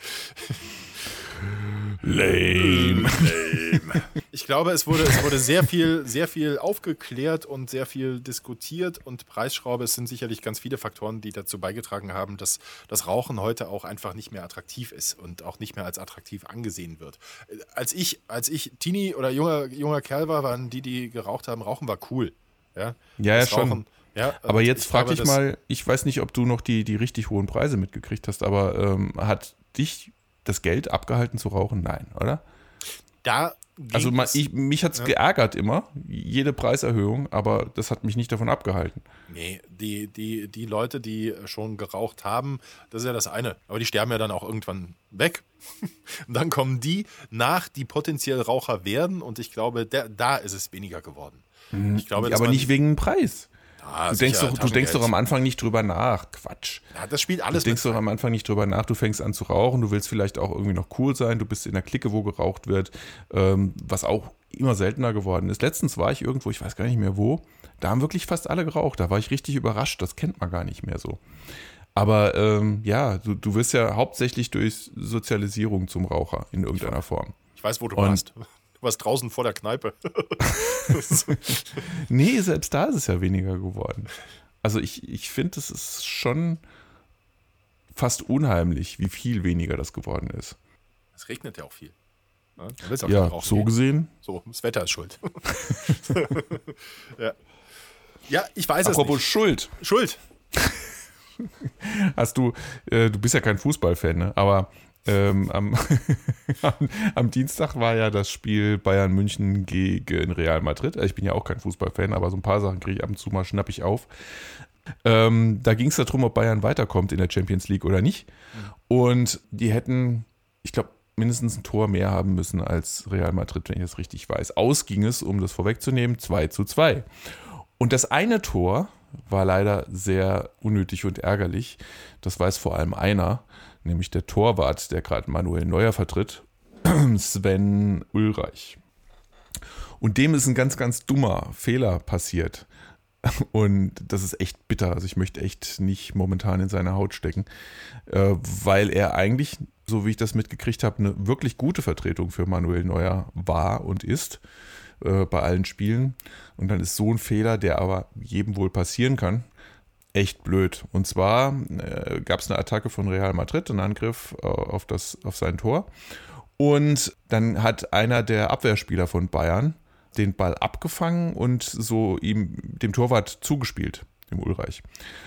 Lame. Ich glaube, es wurde sehr viel aufgeklärt und sehr viel diskutiert und Preisschraube, es sind sicherlich ganz viele Faktoren, die dazu beigetragen haben, dass das Rauchen heute auch einfach nicht mehr attraktiv ist und auch nicht mehr als attraktiv angesehen wird. Als ich Teenie oder junger Kerl war, waren die geraucht haben, Rauchen war cool. Ja, schon. Rauchen, ja, aber jetzt frag dich mal, ich weiß nicht, ob du noch die richtig hohen Preise mitgekriegt hast, aber hat dich das Geld abgehalten zu rauchen? Nein, oder? Also mich hat es geärgert immer, jede Preiserhöhung, aber das hat mich nicht davon abgehalten. Nee, die Leute, die schon geraucht haben, das ist ja das eine. Aber die sterben ja dann auch irgendwann weg. Und dann kommen die potenziell Raucher werden und ich glaube, da ist es weniger geworden. Ich glaube, aber nicht wegen dem Preis. Ja, du denkst doch am Anfang nicht drüber nach. Quatsch. Ja, das spielt alles Du denkst doch am Anfang nicht drüber nach. Du fängst an zu rauchen. Du willst vielleicht auch irgendwie noch cool sein. Du bist in der Clique, wo geraucht wird. Was auch immer seltener geworden ist. Letztens war ich irgendwo, ich weiß gar nicht mehr wo. Da haben wirklich fast alle geraucht. Da war ich richtig überrascht. Das kennt man gar nicht mehr so. Aber du wirst ja hauptsächlich durch Sozialisierung zum Raucher in irgendeiner Form. Ich weiß, wo du warst. Du warst draußen vor der Kneipe. Nee, selbst da ist es ja weniger geworden. Also ich finde, es ist schon fast unheimlich, wie viel weniger das geworden ist. Es regnet ja auch viel. Ja, so gesehen. So, das Wetter ist schuld. Ja, ich weiß es nicht. Apropos Schuld. Du bist ja kein Fußballfan, ne? Aber am Dienstag war ja das Spiel Bayern München gegen Real Madrid. Ich bin ja auch kein Fußballfan, aber so ein paar Sachen kriege ich ab und zu mal, schnapp ich auf. Da ging es darum, ob Bayern weiterkommt in der Champions League oder nicht. Und die hätten, ich glaube, mindestens ein Tor mehr haben müssen als Real Madrid, wenn ich das richtig weiß. Ausging es, um das vorwegzunehmen, 2:2. Und das eine Tor war leider sehr unnötig und ärgerlich. Das weiß vor allem einer, nämlich der Torwart, der gerade Manuel Neuer vertritt, Sven Ulreich. Und dem ist ein ganz, ganz dummer Fehler passiert. Und das ist echt bitter. Also ich möchte echt nicht momentan in seine Haut stecken, weil er eigentlich, so wie ich das mitgekriegt habe, eine wirklich gute Vertretung für Manuel Neuer war und ist bei allen Spielen. Und dann ist so ein Fehler, der aber jedem wohl passieren kann, echt blöd. Und zwar gab es eine Attacke von Real Madrid, einen Angriff auf sein Tor. Und dann hat einer der Abwehrspieler von Bayern den Ball abgefangen und so dem Torwart zugespielt, dem Ulreich.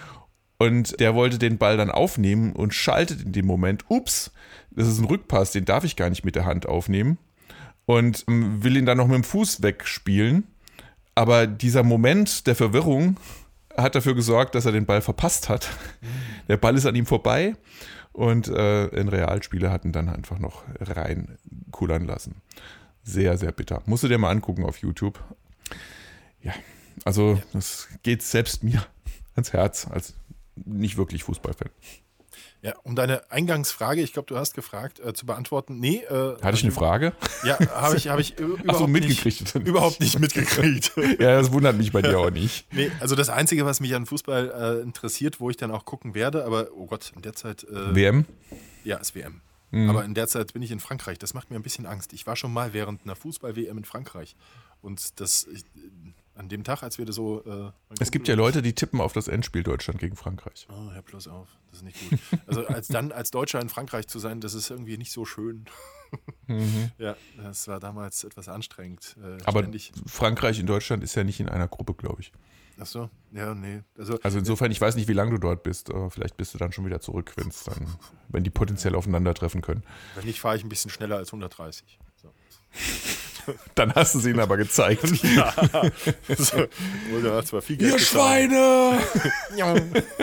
Und der wollte den Ball dann aufnehmen und schaltet in dem Moment, ups, das ist ein Rückpass, den darf ich gar nicht mit der Hand aufnehmen. Und will ihn dann noch mit dem Fuß wegspielen. Aber dieser Moment der Verwirrung hat dafür gesorgt, dass er den Ball verpasst hat. Der Ball ist an ihm vorbei und ein Realspieler hat ihn dann einfach noch rein kullern lassen. Sehr, sehr bitter. Musst du dir mal angucken auf YouTube. Ja, also das geht selbst mir ans Herz als nicht wirklich Fußballfan. Ja, um deine Eingangsfrage, ich glaube, du hast gefragt, zu beantworten. Nee. Hatte ich eine Frage? Ja, habe ich überhaupt nicht mitgekriegt. Ja, das wundert mich bei dir auch nicht. Nee, also das Einzige, was mich an Fußball interessiert, wo ich dann auch gucken werde, aber oh Gott, in der Zeit... WM? Ja, ist WM. Aber in der Zeit bin ich in Frankreich. Das macht mir ein bisschen Angst. Ich war schon mal während einer Fußball-WM in Frankreich. Und an dem Tag, als wir das so... es gibt ja Leute, die tippen auf das Endspiel Deutschland gegen Frankreich. Oh, hör bloß auf. Das ist nicht gut. Also als Deutscher in Frankreich zu sein, das ist irgendwie nicht so schön. Ja, das war damals etwas anstrengend. Aber Frankreich in Deutschland ist ja nicht in einer Gruppe, glaube ich. Ach so, ja, nee. Also insofern, ich weiß nicht, wie lange du dort bist, aber vielleicht bist du dann schon wieder zurück, wenn die potenziell aufeinandertreffen können. Wenn nicht, fahre ich ein bisschen schneller als 130. So. Dann hast du es ihnen aber gezeigt. Ja. So. Oder zwar viel Geld Ihr Schweine! Ja.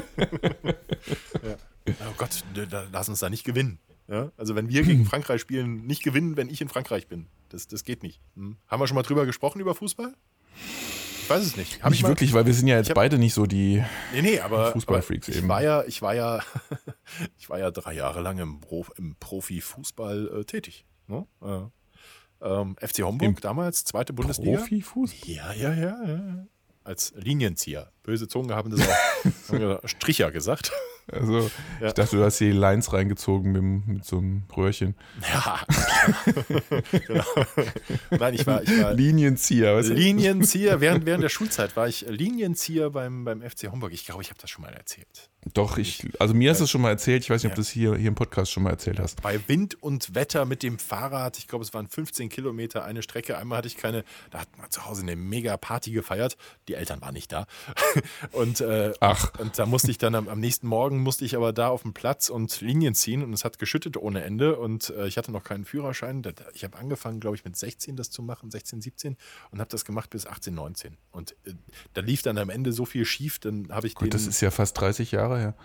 Oh Gott, lass uns da nicht gewinnen. Ja? Also wenn wir gegen Frankreich spielen, nicht gewinnen, wenn ich in Frankreich bin. Das geht nicht. Haben wir schon mal drüber gesprochen, über Fußball? Ich weiß es nicht. Nicht wirklich, weil wir sind ja jetzt beide nicht so die Fußballfreaks eben. Ich war ja 3 Jahre lang im Profifußball tätig. Ne? FC Homburg damals, 2. Bundesliga. Profifußball? Ja. Als Linienzieher. Böse Zungen haben das auch Stricher gesagt. Also, ich dachte, du hast hier die Lines reingezogen mit so einem Röhrchen. Ja, genau. Nein, ich war Linienzieher. Weißt du? Linienzieher. Während der Schulzeit war ich Linienzieher beim FC Homburg. Ich glaube, ich habe das schon mal erzählt. Doch, also mir hast du es schon mal erzählt. Ich weiß nicht, ob du das hier im Podcast schon mal erzählt hast. Bei Wind und Wetter mit dem Fahrrad, ich glaube, es waren 15 Kilometer eine Strecke. Einmal hatte ich da hat man zu Hause eine mega Party gefeiert. Die Eltern waren nicht da. Und da musste ich dann am nächsten Morgen aber da auf dem Platz und Linien ziehen und es hat geschüttet ohne Ende und ich hatte noch keinen Führerschein. Ich habe angefangen, glaube ich, mit 16 das zu machen, 16, 17 und habe das gemacht bis 18, 19. Und da lief dann am Ende so viel schief, dann habe ich Gut, das ist ja fast 30 Jahre her.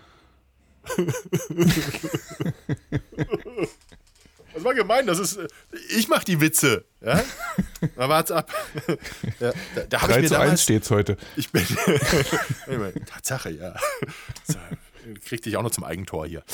Das war gemein, ich mache die Witze. Ja? Na, wart's ab. Ja, da habe ich mir damals 3:1 steht's heute. Ich bin Tatsache, ja. So, krieg dich auch noch zum Eigentor hier.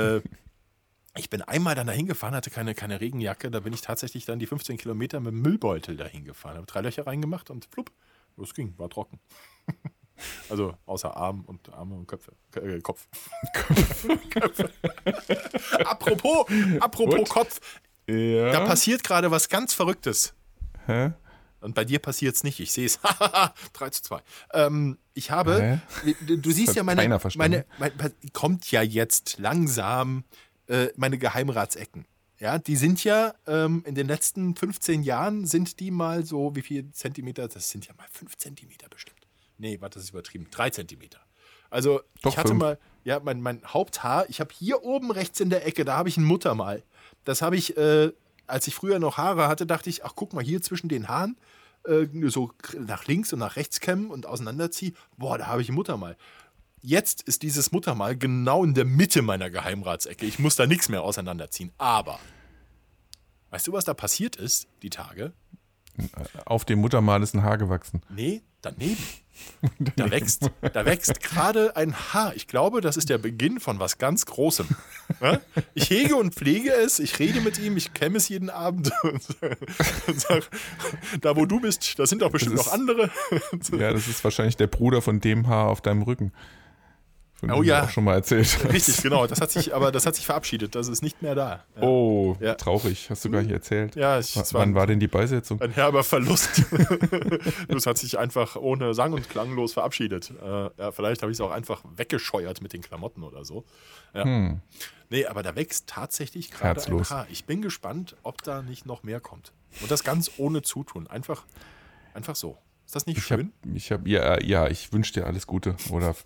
Ich bin einmal dann dahin gefahren, hatte keine Regenjacke, da bin ich tatsächlich dann die 15 Kilometer mit dem Müllbeutel dahin gefahren. Habe 3 Löcher reingemacht und flupp, los ging, war trocken. Also außer Arme und Köpfe. Kopf. Köpfe. Apropos Kopf. Ja. Da passiert gerade was ganz Verrücktes. Hä? Und bei dir passiert es nicht. Ich sehe es. 3:2. Ich habe, du siehst ja meine kommt ja jetzt langsam meine Geheimratsecken. Ja, die sind ja in den letzten 15 Jahren sind die mal so, wie viel Zentimeter? Das sind ja mal 5 Zentimeter bestimmt. Nee, warte, das ist übertrieben. 3 Zentimeter. Also ich hatte mal, ja, mein Haupthaar, ich habe hier oben rechts in der Ecke, da habe ich ein Muttermal. Das habe ich, als ich früher noch Haare hatte, dachte ich, ach guck mal, hier zwischen den Haaren, so nach links und nach rechts kämmen und auseinanderziehe, boah, da habe ich ein Muttermal. Jetzt ist dieses Muttermal genau in der Mitte meiner Geheimratsecke. Ich muss da nichts mehr auseinanderziehen. Aber, weißt du, was da passiert ist, die Tage? Auf dem Muttermal ist ein Haar gewachsen. Nee, daneben. Da wächst gerade ein Haar. Ich glaube, das ist der Beginn von was ganz Großem. Ja? Ich hege und pflege es, ich rede mit ihm, ich kämme es jeden Abend und sage, da wo du bist, da sind doch bestimmt noch andere. Ja, das ist wahrscheinlich der Bruder von dem Haar auf deinem Rücken. Von dem du auch schon mal erzählt hast. Richtig, genau. Das hat sich verabschiedet. Das ist nicht mehr da. Ja. Oh, ja. Traurig. Hast du gar nicht erzählt. Ja, wann war denn die Beisetzung? Ein herber Verlust. Das hat sich einfach ohne Sang und klanglos verabschiedet. Ja, vielleicht habe ich es auch einfach weggescheuert mit den Klamotten oder so. Ja. Nee, aber da wächst tatsächlich gerade ein Haar. Ich bin gespannt, ob da nicht noch mehr kommt. Und das ganz ohne Zutun. Einfach so. Ist das nicht schön? Ich wünsche dir alles Gute, Olaf.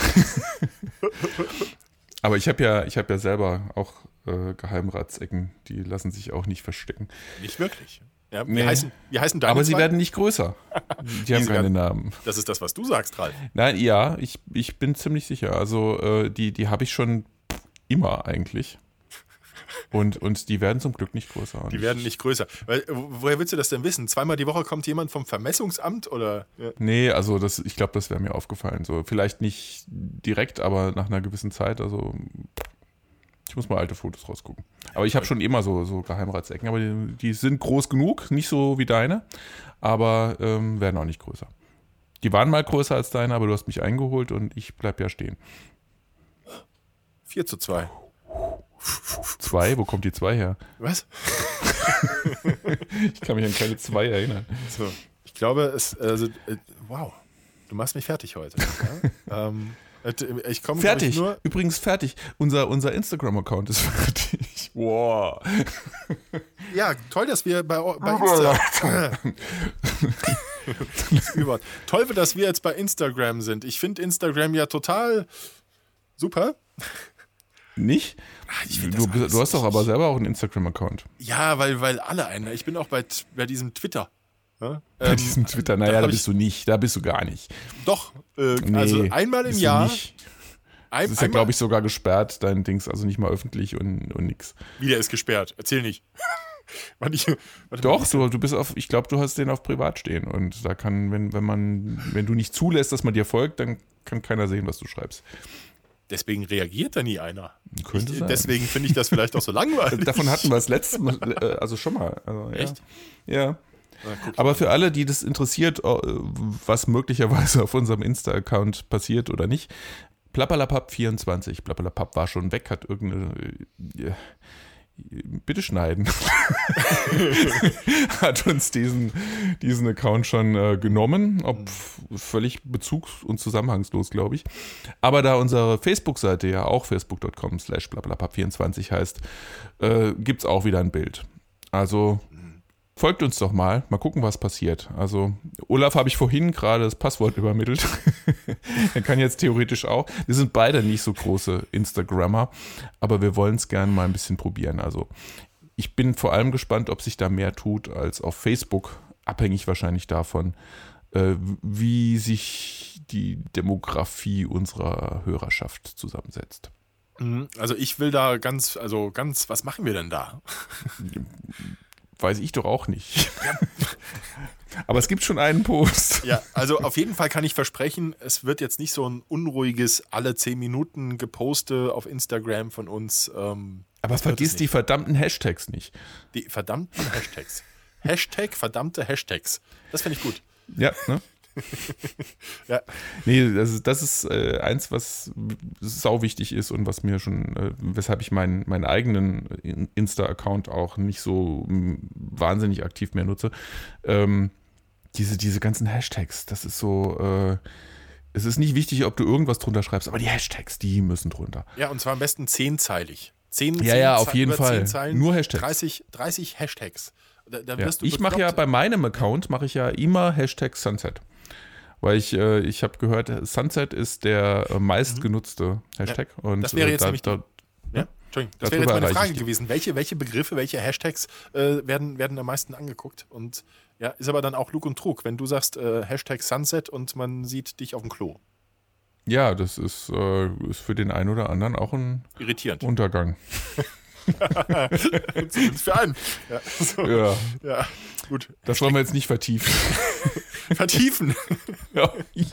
Aber ich habe ja selber auch Geheimratsecken, die lassen sich auch nicht verstecken. Nicht wirklich. Ja, wie heißen deine Aber sie werden nicht größer. Die haben keine Namen. Das ist das, was du sagst, Ralf. Nein, ja, ich bin ziemlich sicher. Also die habe ich schon immer eigentlich. Und die werden zum Glück nicht größer. Die werden nicht größer. Woher willst du das denn wissen? 2-mal die Woche kommt jemand vom Vermessungsamt? Oder? Ja. Nee, also ich glaube, das wäre mir aufgefallen. So, vielleicht nicht direkt, aber nach einer gewissen Zeit. Also ich muss mal alte Fotos rausgucken. Aber ich habe schon immer so Geheimratsecken. Aber die sind groß genug, nicht so wie deine, aber werden auch nicht größer. Die waren mal größer als deine, aber du hast mich eingeholt und ich bleib ja stehen. 4:2. 2? Wo kommt die 2 her? Was? Ich kann mich an keine 2 erinnern. So, ich glaube, wow, du machst mich fertig heute. Ja? Ich komme fertig, nur übrigens fertig. Unser Instagram-Account ist fertig. Wow. Ja, toll, dass wir bei Insta... Toll, dass wir jetzt bei Instagram sind. Ich finde Instagram ja total super. Nicht? Du hast doch aber selber auch einen Instagram-Account. Ja, weil alle einen. Ich bin auch bei diesem Twitter. Ja? Bei diesem Twitter, naja, da bist du nicht. Da bist du gar nicht. Doch, also einmal im Jahr. Das ist ja, glaube ich, sogar gesperrt, dein Dings, also nicht mal öffentlich und nix. Wie, der ist gesperrt? Erzähl nicht. Doch, du bist ich glaube, du hast den auf privat stehen und da kann, wenn du nicht zulässt, dass man dir folgt, dann kann keiner sehen, was du schreibst. Deswegen reagiert da nie einer. Könnte sein. Deswegen finde ich das vielleicht auch so langweilig. Davon hatten wir das letzte Mal, also schon mal. Also, ja. Echt? Ja. Aber für alle, die das interessiert, was möglicherweise auf unserem Insta-Account passiert oder nicht, Plappalapapp24, Plappalapapp war schon weg, hat bitte schneiden. Hat uns diesen Account schon genommen, völlig bezugs- und zusammenhangslos, glaube ich. Aber da unsere Facebook-Seite ja auch facebook.com/blablabla24 heißt, gibt es auch wieder ein Bild. Also folgt uns doch mal gucken, was passiert. Also Olaf habe ich vorhin gerade das Passwort übermittelt. Er kann jetzt theoretisch auch. Wir sind beide nicht so große Instagrammer, aber wir wollen es gerne mal ein bisschen probieren. Also ich bin vor allem gespannt, ob sich da mehr tut als auf Facebook, abhängig wahrscheinlich davon, wie sich die Demografie unserer Hörerschaft zusammensetzt. Also ich will da was machen wir denn da? Weiß ich doch auch nicht. Ja. Aber es gibt schon einen Post. Ja, also auf jeden Fall kann ich versprechen, es wird jetzt nicht so ein unruhiges alle 10 Minuten Geposte auf Instagram von uns. Aber vergiss die verdammten Hashtags nicht. Die verdammten Hashtags. Hashtag verdammte Hashtags. Das finde ich gut. Ja, ne? Ja. Nee, das ist eins, was sau wichtig ist und was mir schon, weshalb ich meinen eigenen Insta-Account auch nicht so wahnsinnig aktiv mehr nutze. Diese ganzen Hashtags, das ist so, es ist nicht wichtig, ob du irgendwas drunter schreibst, aber die Hashtags, die müssen drunter. Ja, und zwar am besten 10-zeilig. Ja, auf jeden Fall. Nur Hashtags. 30 Hashtags. Da wirst du ich mache ja bei meinem Account, immer Hashtag Sunset. Weil ich habe gehört, Sunset ist der meistgenutzte Hashtag. Ja, und das wäre jetzt nämlich das wäre jetzt meine Frage gewesen. Welche Begriffe, welche Hashtags werden am meisten angeguckt? Und ja, ist aber dann auch Lug und Trug, wenn du sagst Hashtag Sunset und man sieht dich auf dem Klo. Ja, das ist für den einen oder anderen auch ein Untergang. Zumindest für einen. Ja, so. Ja, gut. Das wollen wir jetzt nicht vertiefen. Vertiefen? Ja.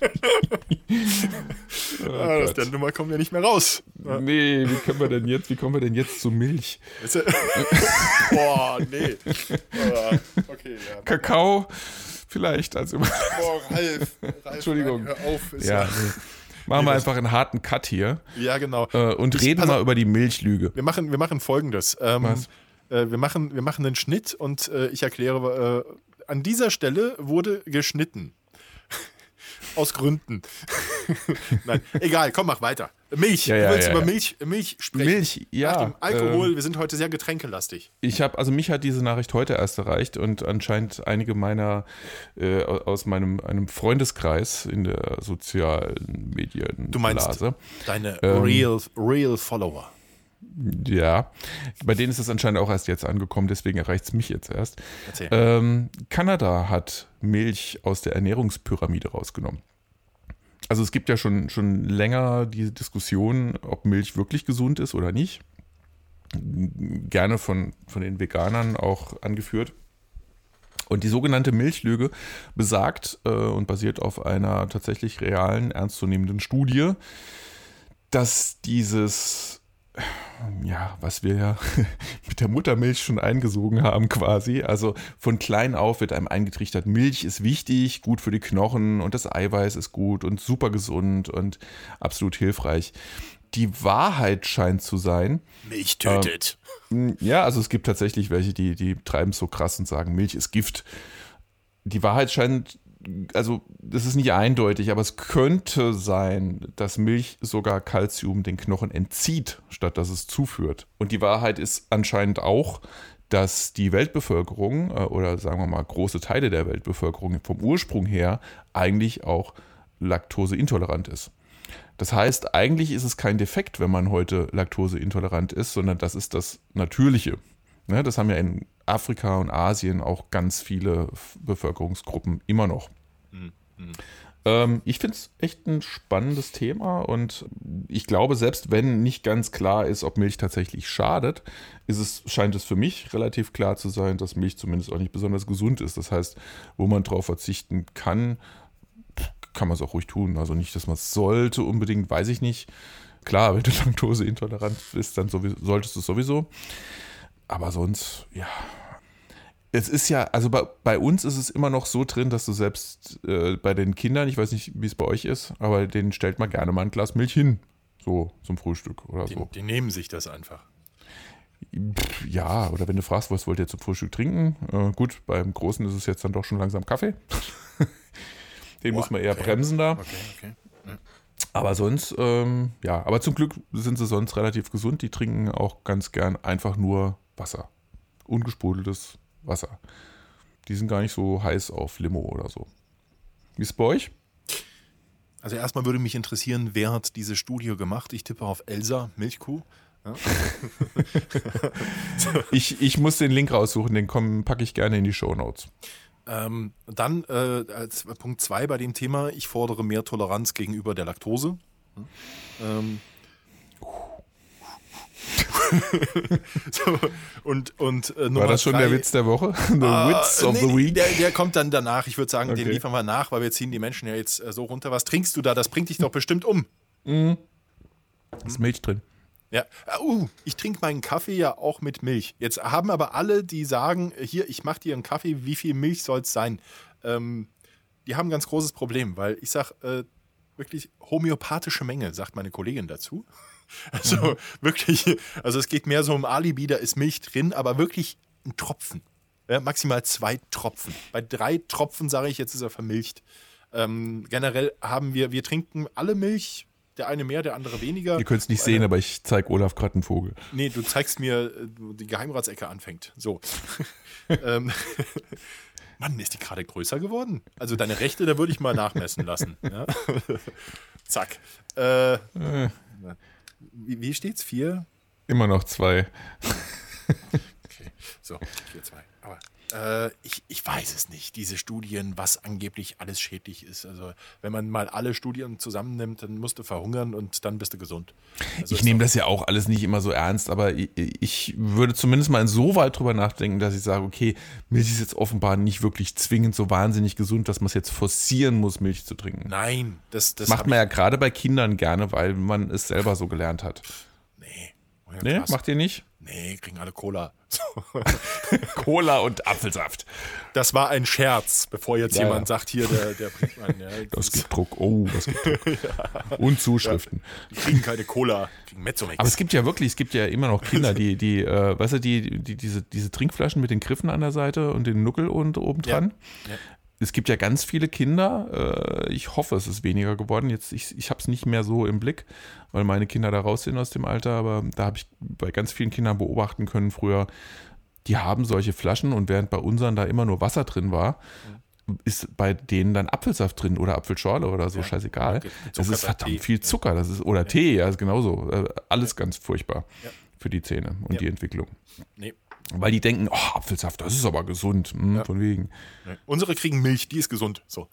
Aus der Nummer kommen wir nicht mehr raus. Ja. Nee, wie kommen wir denn jetzt zu Milch? Boah, nee. Okay, ja. Kakao vielleicht als immer. Boah, Ralf, Entschuldigung. Hör auf. Nee. Machen wir einfach einen harten Cut hier. Ja, genau. Und reden mal über die Milchlüge. Wir machen Folgendes. Was? Wir machen einen Schnitt und ich erkläre, an dieser Stelle wurde geschnitten. Aus Gründen. Nein, egal, komm, mach weiter. Milch, du willst über Milch sprechen. Milch, ja. Achtung, Alkohol, wir sind heute sehr getränkelastig. Mich hat diese Nachricht heute erst erreicht und anscheinend einige meiner aus einem Freundeskreis in der sozialen Medienblase. Du meinst deine real Follower. Ja, bei denen ist es anscheinend auch erst jetzt angekommen, deswegen erreicht es mich jetzt erst. Kanada hat Milch aus der Ernährungspyramide rausgenommen. Also es gibt ja schon länger die Diskussion, ob Milch wirklich gesund ist oder nicht. Gerne von den Veganern auch angeführt. Und die sogenannte Milchlüge besagt und basiert auf einer tatsächlich realen, ernstzunehmenden Studie, dass dieses was wir ja mit der Muttermilch schon eingesogen haben quasi. Also von klein auf wird einem eingetrichtert, Milch ist wichtig, gut für die Knochen und das Eiweiß ist gut und super gesund und absolut hilfreich. Die Wahrheit scheint zu sein. Milch tötet. Ja, also es gibt tatsächlich welche, die treiben es so krass und sagen, Milch ist Gift. Die Wahrheit scheint, also das ist nicht eindeutig, aber es könnte sein, dass Milch sogar Kalzium den Knochen entzieht, statt dass es zuführt. Und die Wahrheit ist anscheinend auch, dass die Weltbevölkerung oder sagen wir mal große Teile der Weltbevölkerung vom Ursprung her eigentlich auch laktoseintolerant ist. Das heißt, eigentlich ist es kein Defekt, wenn man heute laktoseintolerant ist, sondern das ist das Natürliche. Ne, das haben ja in Afrika und Asien auch ganz viele Bevölkerungsgruppen immer noch. Ich finde es echt ein spannendes Thema und ich glaube, selbst wenn nicht ganz klar ist, ob Milch tatsächlich schadet, scheint es für mich relativ klar zu sein, dass Milch zumindest auch nicht besonders gesund ist. Das heißt, wo man drauf verzichten kann, kann man es auch ruhig tun. Also nicht, dass man es sollte unbedingt, weiß ich nicht. Klar, wenn du laktoseintolerant bist, dann solltest du es sowieso. Aber sonst, ja. Es ist ja, also bei uns ist es immer noch so drin, dass du selbst bei den Kindern, ich weiß nicht, wie es bei euch ist, aber denen stellt man gerne mal ein Glas Milch hin. So zum Frühstück oder so. Die nehmen sich das einfach. Ja, oder wenn du fragst, was wollt ihr zum Frühstück trinken? Gut, beim Großen ist es jetzt dann doch schon langsam Kaffee. Den muss man eher bremsen da. Okay. Ja. Aber sonst, ja, aber zum Glück sind sie sonst relativ gesund. Die trinken auch ganz gern einfach nur Wasser. Ungesprudeltes Wasser. Die sind gar nicht so heiß auf Limo oder so. Wie ist es bei euch? Also erstmal würde mich interessieren, wer hat diese Studie gemacht? Ich tippe auf Elsa, Milchkuh. Ja. Ich muss den Link raussuchen, den packe ich gerne in die Shownotes. Dann als Punkt 2 bei dem Thema, ich fordere mehr Toleranz gegenüber der Laktose. So, und war das schon 3, der Witz der Woche? The Witz of the Week? Der kommt dann danach. Ich würde sagen, okay. Den liefern wir nach, weil wir ziehen die Menschen ja jetzt so runter. Was trinkst du da? Das bringt dich doch bestimmt um. Ist Milch drin. Ja, ich trinke meinen Kaffee ja auch mit Milch. Jetzt haben aber alle, die sagen, hier, ich mache dir einen Kaffee, wie viel Milch soll es sein? Die haben ein ganz großes Problem, weil ich sage, wirklich homöopathische Menge, sagt meine Kollegin dazu. Also wirklich, also es geht mehr so um Alibi, da ist Milch drin, aber wirklich ein Tropfen. Ja, maximal 2 Tropfen. Bei 3 Tropfen sage ich, jetzt ist er vermilcht. Generell haben wir trinken alle Milch, der eine mehr, der andere weniger. Ihr könnt es nicht sehen, aber ich zeige Olaf gerade einen Vogel. Nee, du zeigst mir, wo die Geheimratsecke anfängt. So. Mann, ist die gerade größer geworden? Also deine Rechte, da würde ich mal nachmessen lassen. Ja? Zack. Wie steht's? 4? Immer noch 2. Okay, so, 4-2. Aber ich weiß es nicht, diese Studien, was angeblich alles schädlich ist. Also wenn man mal alle Studien zusammennimmt, dann musst du verhungern und dann bist du gesund. Also ich nehme das ja auch alles nicht immer so ernst, aber ich würde zumindest mal insoweit drüber nachdenken, dass ich sage, okay, Milch ist jetzt offenbar nicht wirklich zwingend so wahnsinnig gesund, dass man es jetzt forcieren muss, Milch zu trinken. Nein, das macht man ja gerade bei Kindern gerne, weil man es selber so gelernt hat. Nee, macht ihr nicht? Nee, kriegen alle Cola. Cola und Apfelsaft. Das war ein Scherz, bevor jetzt jemand sagt, hier, der Brinkmann. Ja, das gibt Druck. Oh, das gibt Druck. Ja. Und Zuschriften. Ja, die kriegen keine Cola, kriegen Mezzomix. Aber es gibt ja immer noch Kinder, die weißt du, diese Trinkflaschen mit den Griffen an der Seite und den Nuckel und oben dran. Ja. Es gibt ja ganz viele Kinder, ich hoffe, es ist weniger geworden. Jetzt, ich habe es nicht mehr so im Blick, weil meine Kinder da raus sind aus dem Alter, aber da habe ich bei ganz vielen Kindern beobachten können früher, die haben solche Flaschen und während bei unseren da immer nur Wasser drin war, ist bei denen dann Apfelsaft drin oder Apfelschorle oder so, scheißegal. Das ist verdammt viel Zucker, oder Tee, ja, ist genauso. Alles ganz furchtbar für die Zähne und die Entwicklung. Nee. Weil die denken, oh, Apfelsaft, das ist aber gesund. Von wegen. Nee. Unsere kriegen Milch, die ist gesund. So.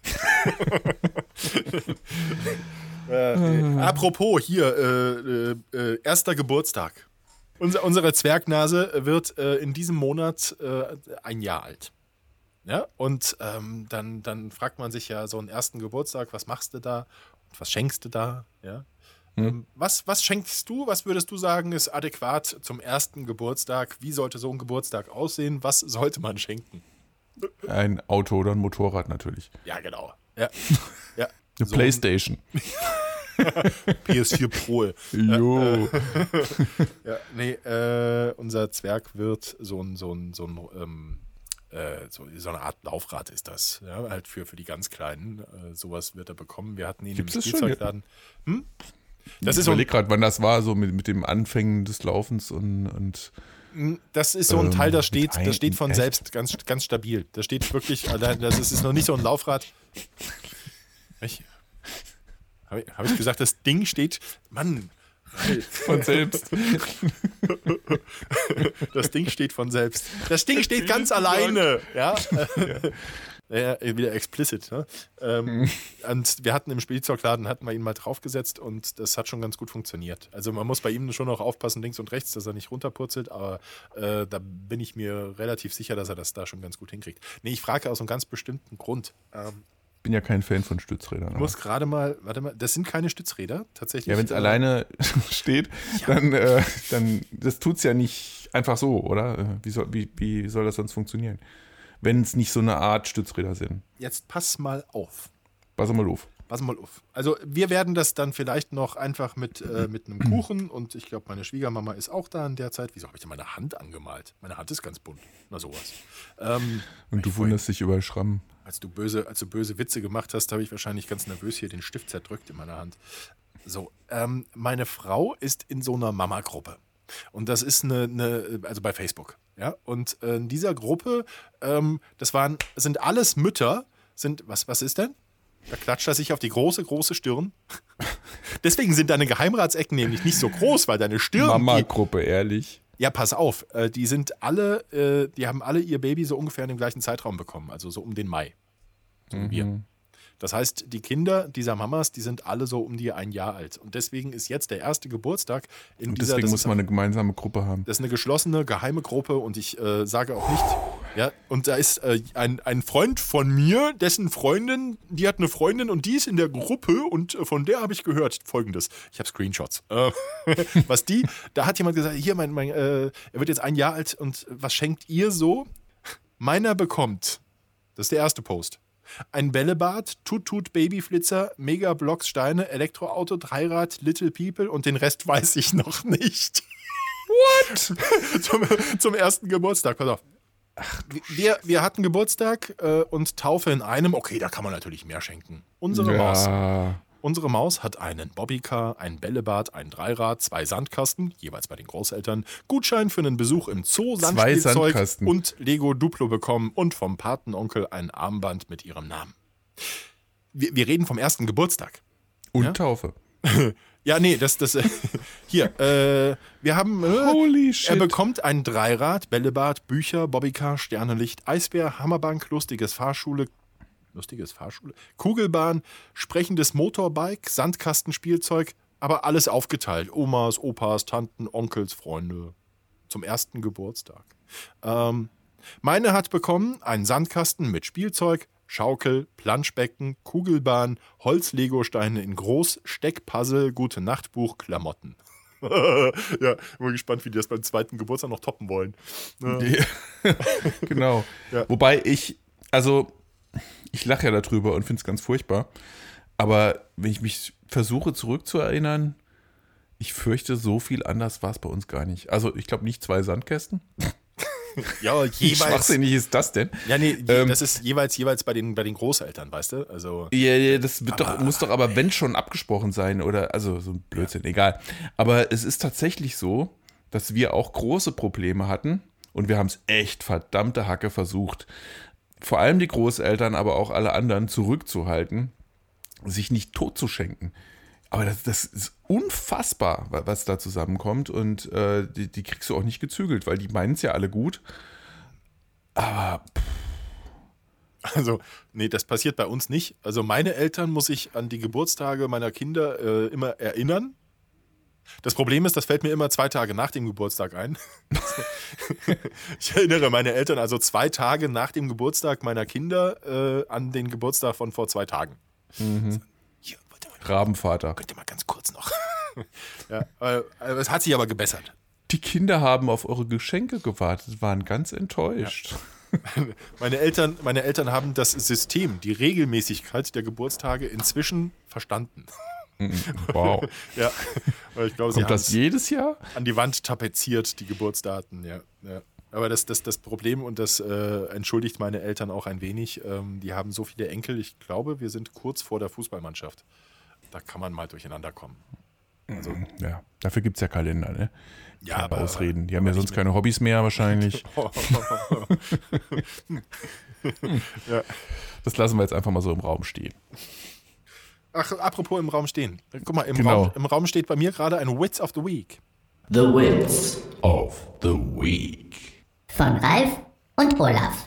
Apropos, hier, erster Geburtstag. Unsere Zwergnase wird in diesem Monat 1 Jahr alt. Ja? Und dann fragt man sich ja so einen ersten Geburtstag, was machst du da? Was schenkst du da? Ja? Was schenkst du? Was würdest du sagen, ist adäquat zum ersten Geburtstag? Wie sollte so ein Geburtstag aussehen? Was sollte man schenken? Ein Auto oder ein Motorrad natürlich. Ja, genau. Ja. Eine so Playstation. PS4 Pro. Jo. Unser Zwerg wird so eine Art Laufrad ist das. Ja, halt für die ganz Kleinen. Sowas wird er bekommen. Wir hatten ihn im Spielzeugladen. Ich überlege gerade, wann das war, so mit dem Anfängen des Laufens und Das ist so ein Teil, das steht von echt? selbst ganz, ganz stabil. Das steht wirklich, das ist noch nicht so ein Laufrad. Habe ich gesagt, das Ding steht, Mann. Von selbst. Das Ding steht von selbst. Das Ding steht ganz alleine. Ja. Ja, wieder explicit. Ne? Und wir hatten im Spielzeugladen, hatten wir ihn mal draufgesetzt und das hat schon ganz gut funktioniert. Also man muss bei ihm schon noch aufpassen, links und rechts, dass er nicht runterpurzelt, aber da bin ich mir relativ sicher, dass er das da schon ganz gut hinkriegt. Nee, ich frage aus einem ganz bestimmten Grund. Ich bin ja kein Fan von Stützrädern. Ich muss gerade mal, warte mal, das sind keine Stützräder, tatsächlich. Ja, wenn es alleine steht, dann das tut es ja nicht einfach so, oder? Wie soll das sonst funktionieren? Wenn es nicht so eine Art Stützräder sind. Jetzt pass mal auf. Pass mal auf. Pass mal auf. Also wir werden das dann vielleicht noch einfach mit einem Kuchen und ich glaube, meine Schwiegermama ist auch da in der Zeit. Wieso habe ich denn meine Hand angemalt? Meine Hand ist ganz bunt. Na sowas. Und du wunderst dich über Schrammen. Als du böse Witze gemacht hast, habe ich wahrscheinlich ganz nervös hier den Stift zerdrückt in meiner Hand. So, meine Frau ist in so einer Mama-Gruppe. Und das ist also bei Facebook. Ja? Und in dieser Gruppe, sind alles Mütter, was ist denn? Da klatscht er sich auf die große, große Stirn. Deswegen sind deine Geheimratsecken nämlich nicht so groß, weil deine Stirn... Mama-Gruppe, ehrlich. Ja, pass auf, die haben alle ihr Baby so ungefähr in dem gleichen Zeitraum bekommen, also so um den Mai. So wie wir. Das heißt, die Kinder dieser Mamas, die sind alle so um die 1 Jahr alt. Und deswegen ist jetzt der erste Geburtstag in und dieser... Deswegen muss man eine gemeinsame Gruppe haben. Das ist eine geschlossene, geheime Gruppe und ich sage auch nicht... Ja, und da ist ein Freund von mir, dessen Freundin, die hat eine Freundin und die ist in der Gruppe und von der habe ich gehört Folgendes. Ich habe Screenshots. Da hat jemand gesagt, hier, er wird jetzt 1 Jahr alt und was schenkt ihr so? Meiner bekommt, das ist der erste Post, ein Bällebad, Tut Babyflitzer, Megablocks Steine, Elektroauto, Dreirad, Little People und den Rest weiß ich noch nicht. What? zum ersten Geburtstag, pass auf. Ach, wir hatten Geburtstag und Taufe in einem. Okay, da kann man natürlich mehr schenken. Unsere Maus hat einen Bobbycar, ein Bällebad, ein Dreirad, 2 Sandkasten, jeweils bei den Großeltern, Gutschein für einen Besuch im Zoo, Sandspielzeug und Lego Duplo bekommen und vom Patenonkel ein Armband mit ihrem Namen. Wir reden vom ersten Geburtstag. Und ja? Taufe. Ja, nee, hier, wir haben, Holy shit. Er bekommt ein Dreirad, Bällebad, Bücher, Bobbycar, Sternenlicht, Eisbär, Hammerbank, lustiges Fahrschule, Kugelbahn, sprechendes Motorbike, Sandkastenspielzeug, aber alles aufgeteilt. Omas, Opas, Tanten, Onkels, Freunde. Zum ersten Geburtstag. Meine hat bekommen einen Sandkasten mit Spielzeug, Schaukel, Planschbecken, Kugelbahn, Holz-Legosteine in groß, Steckpuzzle, Gute-Nacht-Buch, Klamotten. Ja, bin gespannt, wie die das beim zweiten Geburtstag noch toppen wollen. Ja. Genau. Ja. Wobei ich lache ja darüber und finde es ganz furchtbar. Aber wenn ich mich versuche zurückzuerinnern, ich fürchte, so viel anders war es bei uns gar nicht. Also ich glaube nicht 2 Sandkästen. Ja, jeweils. Wie schwachsinnig ist das denn? Ja, nee, das ist jeweils bei den Großeltern, weißt du? Also, ja, das muss doch aber, wenn schon, abgesprochen sein oder, also so ein Blödsinn, egal. Aber es ist tatsächlich so, dass wir auch große Probleme hatten und wir haben es echt verdammte Hacke versucht, vor allem die Großeltern, aber auch alle anderen zurückzuhalten, sich nicht tot zu schenken. Aber das ist unfassbar, was da zusammenkommt und die kriegst du auch nicht gezügelt, weil die meinen es ja alle gut. Aber also, nee, das passiert bei uns nicht. Also meine Eltern muss ich an die Geburtstage meiner Kinder immer erinnern. Das Problem ist, das fällt mir immer 2 Tage nach dem Geburtstag ein. Ich erinnere meine Eltern also 2 Tage nach dem Geburtstag meiner Kinder an den Geburtstag von vor 2 Tagen. Mhm. Rabenvater. Könnt ihr mal ganz kurz noch. Ja, es hat sich aber gebessert. Die Kinder haben auf eure Geschenke gewartet, waren ganz enttäuscht. Ja. Meine Eltern haben das System, die Regelmäßigkeit der Geburtstage inzwischen verstanden. Wow. Ja, weil ich glaube, kommt das jedes Jahr? An die Wand tapeziert, die Geburtsdaten, ja. Aber das Problem, und das entschuldigt meine Eltern auch ein wenig, die haben so viele Enkel, ich glaube, wir sind kurz vor der Fußballmannschaft. Da kann man mal durcheinander kommen. Also, Ja, dafür gibt es ja Kalender, ne? ja, Keine aber Ausreden. Die haben ja sonst keine Hobbys mehr wahrscheinlich. Ja. Das lassen wir jetzt einfach mal so im Raum stehen. Ach, apropos im Raum stehen. Guck mal, Genau. im Raum steht bei mir gerade ein Wits of the Week. The Wits Of the Week. von Ralf und Olaf.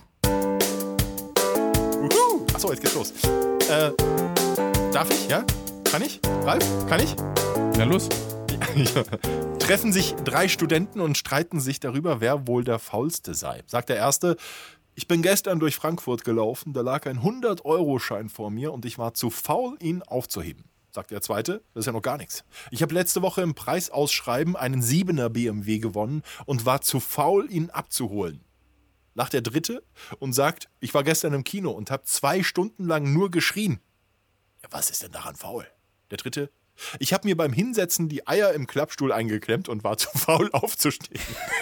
Achso, jetzt geht's los. Darf ich? Ja? Kann ich? Ralf? Kann ich? Na los. Ja. Treffen sich 3 Studenten und streiten sich darüber, wer wohl der Faulste sei. Sagt der Erste: Ich bin gestern durch Frankfurt gelaufen, da lag ein 100-Euro-Schein vor mir und ich war zu faul, ihn aufzuheben. Sagt der Zweite: Das ist ja noch gar nichts. Ich habe letzte Woche im Preisausschreiben einen 7er BMW gewonnen und war zu faul, ihn abzuholen. Lacht der Dritte und sagt: Ich war gestern im Kino und habe 2 Stunden lang nur geschrien. Ja, was ist denn daran faul? Der Dritte: Ich habe mir beim Hinsetzen die Eier im Klappstuhl eingeklemmt und war zu faul aufzustehen.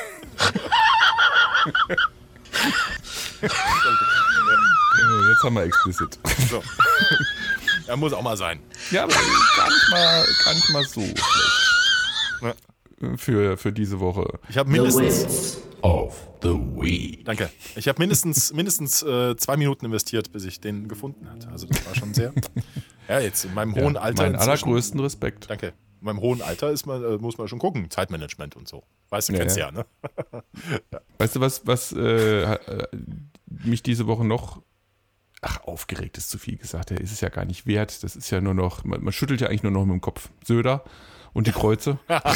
Jetzt haben wir explicit. So. Ja, muss auch mal sein. Ja, aber gar nicht mal so schlecht. Für diese Woche. Ich habe The mindestens... Wits Of the Week. Danke. Ich habe mindestens 2 Minuten investiert, bis ich den gefunden hatte. Also das war schon sehr... Ja, jetzt in meinem hohen Alter... Meinen inzwischen- allergrößten Respekt. Danke. In meinem hohen Alter muss man schon gucken. Zeitmanagement und so. Weißt du, kennst Ja, ja, ne? Weißt du, was mich diese Woche noch... Ach, aufgeregt ist zu viel gesagt. Der ist es ja gar nicht wert. Das ist ja nur noch... Man schüttelt ja eigentlich nur noch mit dem Kopf. Söder und die Kreuze.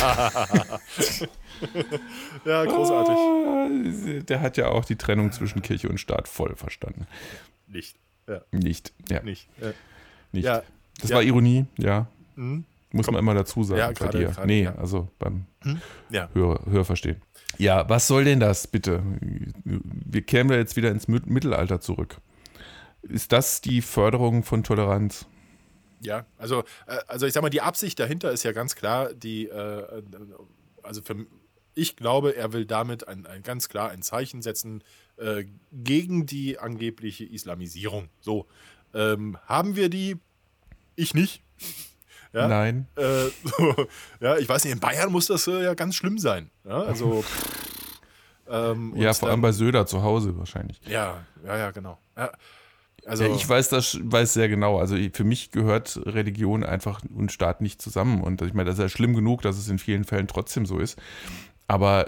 Ja, großartig. Der hat ja auch die Trennung zwischen Kirche und Staat voll verstanden. Nicht. Ja, Nicht. Ja, nicht. nicht. Ja. Das Ja. war Ironie, ja. Mhm. Muss man immer dazu sagen Ja, bei gerade- dir. gerade, Nee, ja. also beim Ja. Hörverstehen. Ja, was soll denn das bitte? Wir kehren da jetzt wieder ins Mittelalter zurück. Ist das die Förderung von Toleranz? Ja, also ich sag mal, die Absicht dahinter ist ja ganz klar, ich glaube, er will damit ganz klar ein Zeichen setzen gegen die angebliche Islamisierung. So, haben wir die? Ich nicht. Ja? Nein. Ja, ich weiß nicht, in Bayern muss das ja ganz schlimm sein. Ja, also, Ja, vor allem bei Söder zu Hause wahrscheinlich. Ja, genau. Ja, also, Ja, ich weiß sehr genau. Also für mich gehört Religion einfach und Staat nicht zusammen. Und ich meine, das ist ja schlimm genug, dass es in vielen Fällen trotzdem so ist. Aber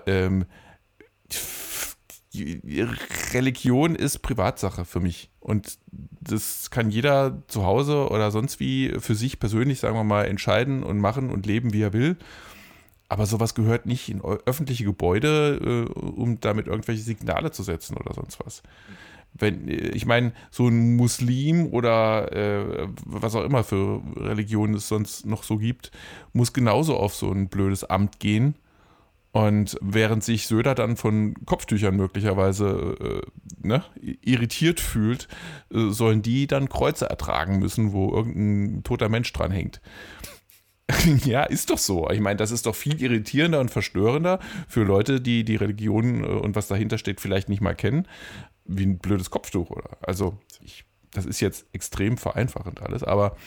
Religion ist Privatsache für mich. Und das kann jeder zu Hause oder sonst wie für sich persönlich, sagen wir mal, entscheiden und machen und leben, wie er will. Aber sowas gehört nicht in öffentliche Gebäude, um damit irgendwelche Signale zu setzen oder sonst was. Ich meine, so ein Muslim oder was auch immer für Religionen es sonst noch so gibt, muss genauso auf so ein blödes Amt gehen. Und während sich Söder dann von Kopftüchern möglicherweise irritiert fühlt, sollen die dann Kreuze ertragen müssen, wo irgendein toter Mensch dran hängt. Ja, ist doch so. Ich meine, das ist doch viel irritierender und verstörender für Leute, die die Religion und was dahinter steht vielleicht nicht mal kennen, wie ein blödes Kopftuch, oder? Also, das ist jetzt extrem vereinfachend alles, aber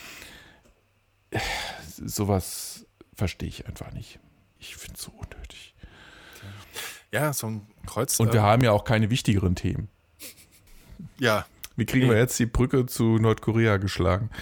sowas verstehe ich einfach nicht. Ich finde es so unnötig. ja, so ein Kreuz. Und wir haben ja auch keine wichtigeren Themen. Ja, Wie kriegen wir jetzt die Brücke zu Nordkorea geschlagen?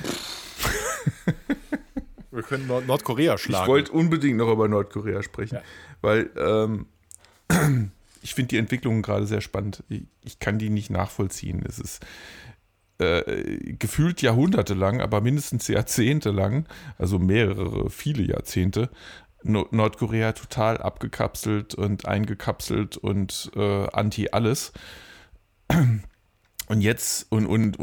wir können Nordkorea schlagen. Ich wollte unbedingt noch über Nordkorea sprechen, Ja. weil ich finde die Entwicklung gerade sehr spannend. Ich kann die nicht nachvollziehen. Es ist gefühlt jahrhundertelang, aber mindestens jahrzehntelang, also viele Jahrzehnte, Nordkorea total abgekapselt und eingekapselt und anti-alles. Und jetzt, ohne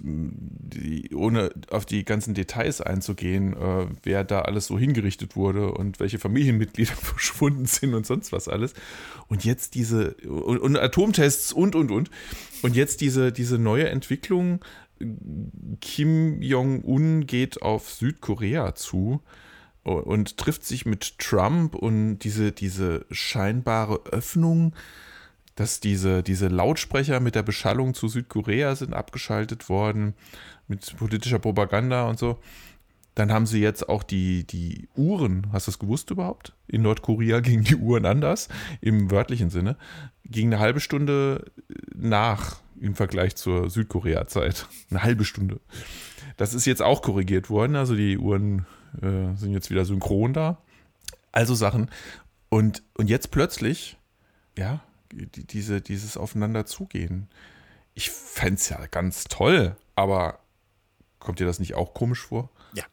auf die ganzen Details einzugehen, wer da alles so hingerichtet wurde und welche Familienmitglieder verschwunden sind und sonst was alles. Und jetzt und Atomtests und. Und jetzt diese neue Entwicklung, Kim Jong-un geht auf Südkorea zu und trifft sich mit Trump, und diese scheinbare Öffnung, dass diese Lautsprecher mit der Beschallung zu Südkorea sind abgeschaltet worden, mit politischer Propaganda und so. Dann haben sie jetzt auch die Uhren, hast du das gewusst überhaupt? In Nordkorea gingen die Uhren anders, im wörtlichen Sinne, ging eine halbe Stunde nach im Vergleich zur Südkorea-Zeit. Eine halbe Stunde. Das ist jetzt auch korrigiert worden, also die Uhren sind jetzt wieder synchron da. Also Sachen. Und jetzt plötzlich, ja, dieses Aufeinander zugehen. Ich fände es ja ganz toll, aber kommt dir das nicht auch komisch vor? Ja.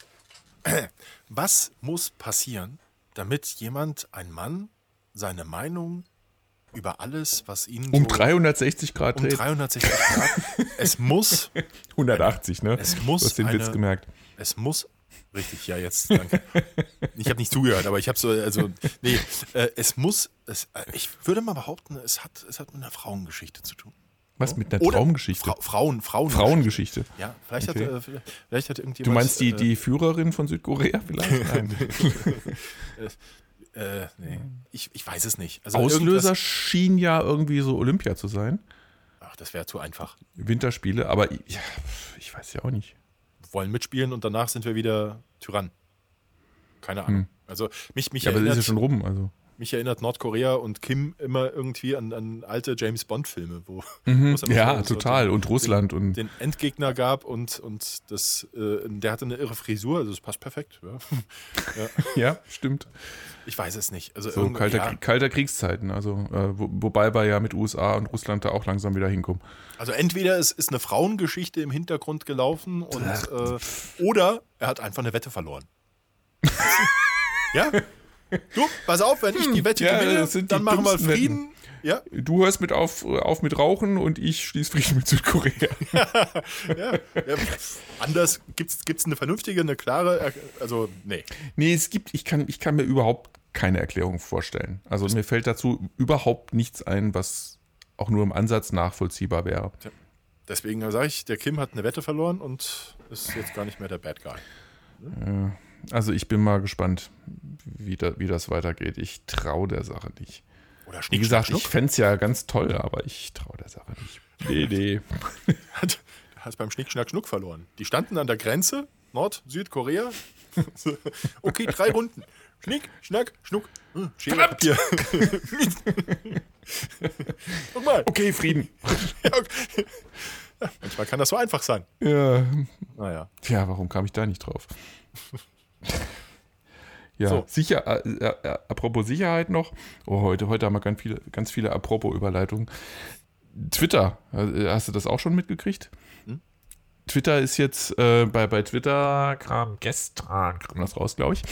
Was muss passieren, damit ein Mann, seine Meinung über alles, was ihn um 360 Grad dreht? 360 Grad. Es muss 180, ne? Es muss du hast den Witz gemerkt. Es muss, richtig, ja, jetzt, danke. Ich habe nicht zugehört, aber ich habe so, ich würde mal behaupten, es hat mit einer Frauengeschichte zu tun. Was, mit einer Traumgeschichte? Frauengeschichte. Ja, vielleicht hat irgendjemand... Du meinst die Führerin von Südkorea vielleicht? Nein. Nee, ich weiß es nicht. Also Auslöser schien ja irgendwie so Olympia zu sein. Ach, das wäre zu einfach. Winterspiele, aber ich weiß ja auch nicht. Wollen mitspielen und danach sind wir wieder Tyrann. Keine Ahnung. Also mich ja, aber das ist ja schon rum, also. Mich erinnert Nordkorea und Kim immer irgendwie an alte James-Bond-Filme, wo ja, total. Und Russland und den Endgegner gab und der hatte eine irre Frisur, also das passt perfekt. Ja, ja stimmt. Ich weiß es nicht. Also so kalter Kriegszeiten, also wobei wir ja mit USA und Russland da auch langsam wieder hinkommen. Also entweder es ist eine Frauengeschichte im Hintergrund gelaufen oder er hat einfach eine Wette verloren. Ja? Du, pass auf, wenn ich die Wette gewinne, dann machen wir Frieden. Ja? Du hörst auf mit Rauchen und ich schließe Frieden mit Südkorea. ja. Anders gibt's eine vernünftige, eine klare, also nee. Nee, ich kann mir überhaupt keine Erklärung vorstellen. Also mir fällt dazu überhaupt nichts ein, was auch nur im Ansatz nachvollziehbar wäre. Ja. Deswegen sage ich, der Kim hat eine Wette verloren und ist jetzt gar nicht mehr der Bad Guy. Ja. Also ich bin mal gespannt, wie das weitergeht. Ich traue der Sache nicht. Oder wie gesagt, ich fände es ja ganz toll, aber ich traue der Sache nicht. Nee. Hast beim Schnick, Schnack, Schnuck verloren. Die standen an der Grenze, Südkorea. Okay, 3 Runden. Schnick, Schnack, Schnuck. Schere, Papier. Nochmal. Okay, Frieden. Ja, okay. Ja, manchmal kann das so einfach sein. Ja. Naja. Tja, warum kam ich da nicht drauf? Ja, so. Sicher, apropos Sicherheit noch. Oh, heute haben wir ganz viele apropos Überleitungen. Twitter, hast du das auch schon mitgekriegt? Twitter ist jetzt, bei Twitter kam das raus, glaube ich,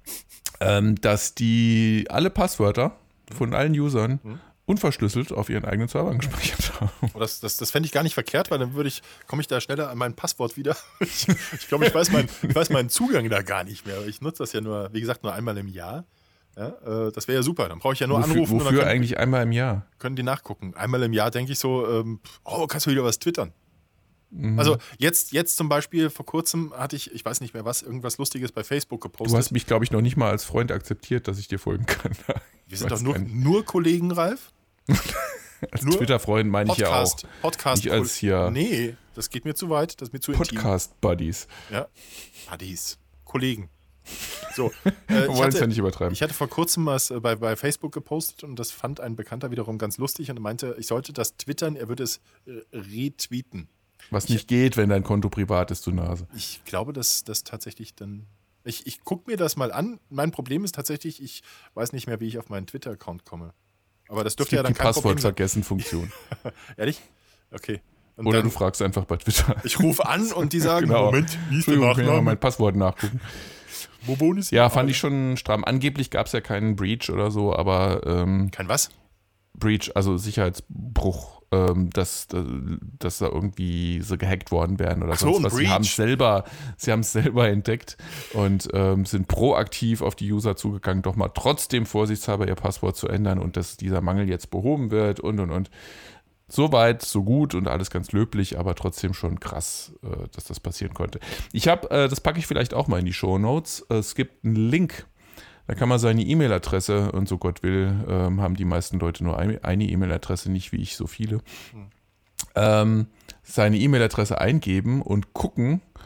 dass die alle Passwörter von allen Usern unverschlüsselt auf ihren eigenen Servern gespeichert haben. Oh, das fände ich gar nicht verkehrt, weil dann komme ich da schneller an mein Passwort wieder. Ich glaube, ich weiß meinen Zugang da gar nicht mehr. Ich nutze das ja nur, wie gesagt, nur einmal im Jahr. Ja, das wäre ja super. Dann brauche ich ja nur anrufen. Wofür eigentlich einmal im Jahr? Können die nachgucken. Einmal im Jahr denke ich so, kannst du wieder was twittern. Also jetzt zum Beispiel, vor kurzem hatte ich weiß nicht mehr was, irgendwas Lustiges bei Facebook gepostet. Du hast mich, glaube ich, noch nicht mal als Freund akzeptiert, dass ich dir folgen kann. Wir sind doch nur Kollegen, Ralf. Als Twitter-Freund meine ich ja auch. Podcast. Nicht als hier. Nee, das geht mir zu weit, das ist mir zu intim. Podcast-Buddies. Ja, Buddies. Kollegen. So, wir wollen es ja nicht übertreiben. Ich hatte vor kurzem was bei Facebook gepostet und das fand ein Bekannter wiederum ganz lustig und meinte, ich sollte das twittern, er würde es retweeten. Was nicht geht, wenn dein Konto privat ist, du Nase. Ich glaube, dass das tatsächlich dann... Ich gucke mir das mal an. Mein Problem ist tatsächlich, ich weiß nicht mehr, wie ich auf meinen Twitter-Account komme. Aber das dürfte ja dann kein Problem sein. Passwort-Vergessen-Funktion. Ehrlich? Okay. Und oder dann, du fragst einfach bei Twitter. Ich rufe an und die sagen, genau. Moment, wie ist der Entschuldigung, kann ich mal Nachname? mein Passwort nachgucken. Wo wohnen Sie? Ja, fand ich schon stramm. Angeblich gab es ja keinen Breach oder so, aber... Kein was? Breach, also Sicherheitsbruch, dass da irgendwie so gehackt worden wären oder sonst was. Sie haben es selber entdeckt und sind proaktiv auf die User zugegangen, doch mal trotzdem vorsichtshalber ihr Passwort zu ändern und dass dieser Mangel jetzt behoben wird und. So weit, so gut und alles ganz löblich, aber trotzdem schon krass, dass das passieren konnte. Das packe ich vielleicht auch mal in die Shownotes. Es gibt einen Link. Da kann man seine E-Mail-Adresse, und so Gott will, haben die meisten Leute nur eine E-Mail-Adresse, nicht wie ich so viele, seine E-Mail-Adresse eingeben und gucken,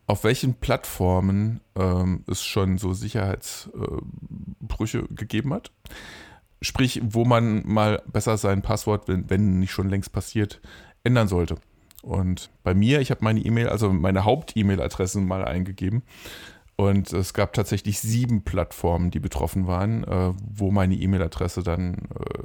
auf welchen Plattformen es schon so Sicherheitsbrüche gegeben hat. Sprich, wo man mal besser sein Passwort, wenn nicht schon längst passiert, ändern sollte. Und bei mir, ich habe meine Haupt-E-Mail-Adresse mal eingegeben. Und es gab tatsächlich 7 Plattformen, die betroffen waren, wo meine E-Mail-Adresse dann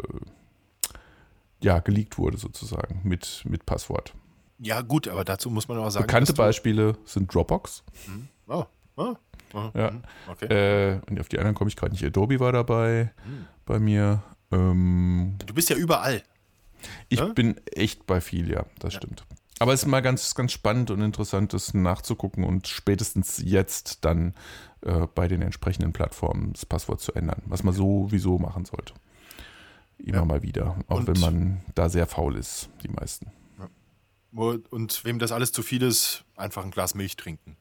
geleakt wurde sozusagen mit Passwort. Ja gut, aber dazu muss man auch sagen, bekannte Beispiele sind Dropbox. Ja. Okay. Und auf die anderen komme ich gerade nicht. Adobe war dabei bei mir. Du bist ja überall. Ich bin echt bei viel, ja, das stimmt. Aber es ist mal ganz, ganz spannend und interessant, das nachzugucken und spätestens jetzt dann bei den entsprechenden Plattformen das Passwort zu ändern, was man sowieso machen sollte. Immer mal wieder, auch wenn man da sehr faul ist, die meisten. Ja. Und wem das alles zu viel ist, einfach ein Glas Milch trinken.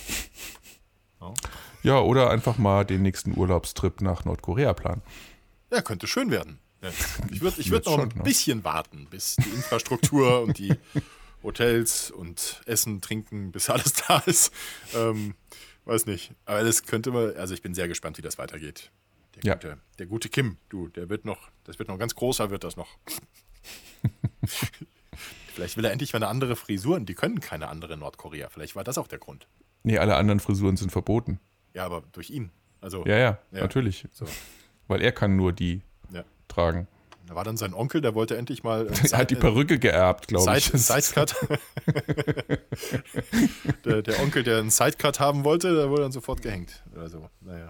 Ja, oder einfach mal den nächsten Urlaubstrip nach Nordkorea planen. Ja, könnte schön werden. Ja. Ich würd noch ein bisschen warten, bis die Infrastruktur und die Hotels und Essen, Trinken, bis alles da ist. Weiß nicht. Aber das könnte man, also ich bin sehr gespannt, wie das weitergeht. Der gute Kim, das wird noch ganz großer, wird das noch. Vielleicht will er endlich mal eine andere Frisur und die können keine andere in Nordkorea. Vielleicht war das auch der Grund. Nee, alle anderen Frisuren sind verboten. Ja, aber durch ihn. Also, ja, natürlich. So. Weil er kann nur die tragen. Da war dann sein Onkel, der wollte endlich mal... Er hat die Perücke geerbt, glaube ich. Sidecut. der Onkel, der einen Sidecut haben wollte, der wurde dann sofort gehängt. Also, naja.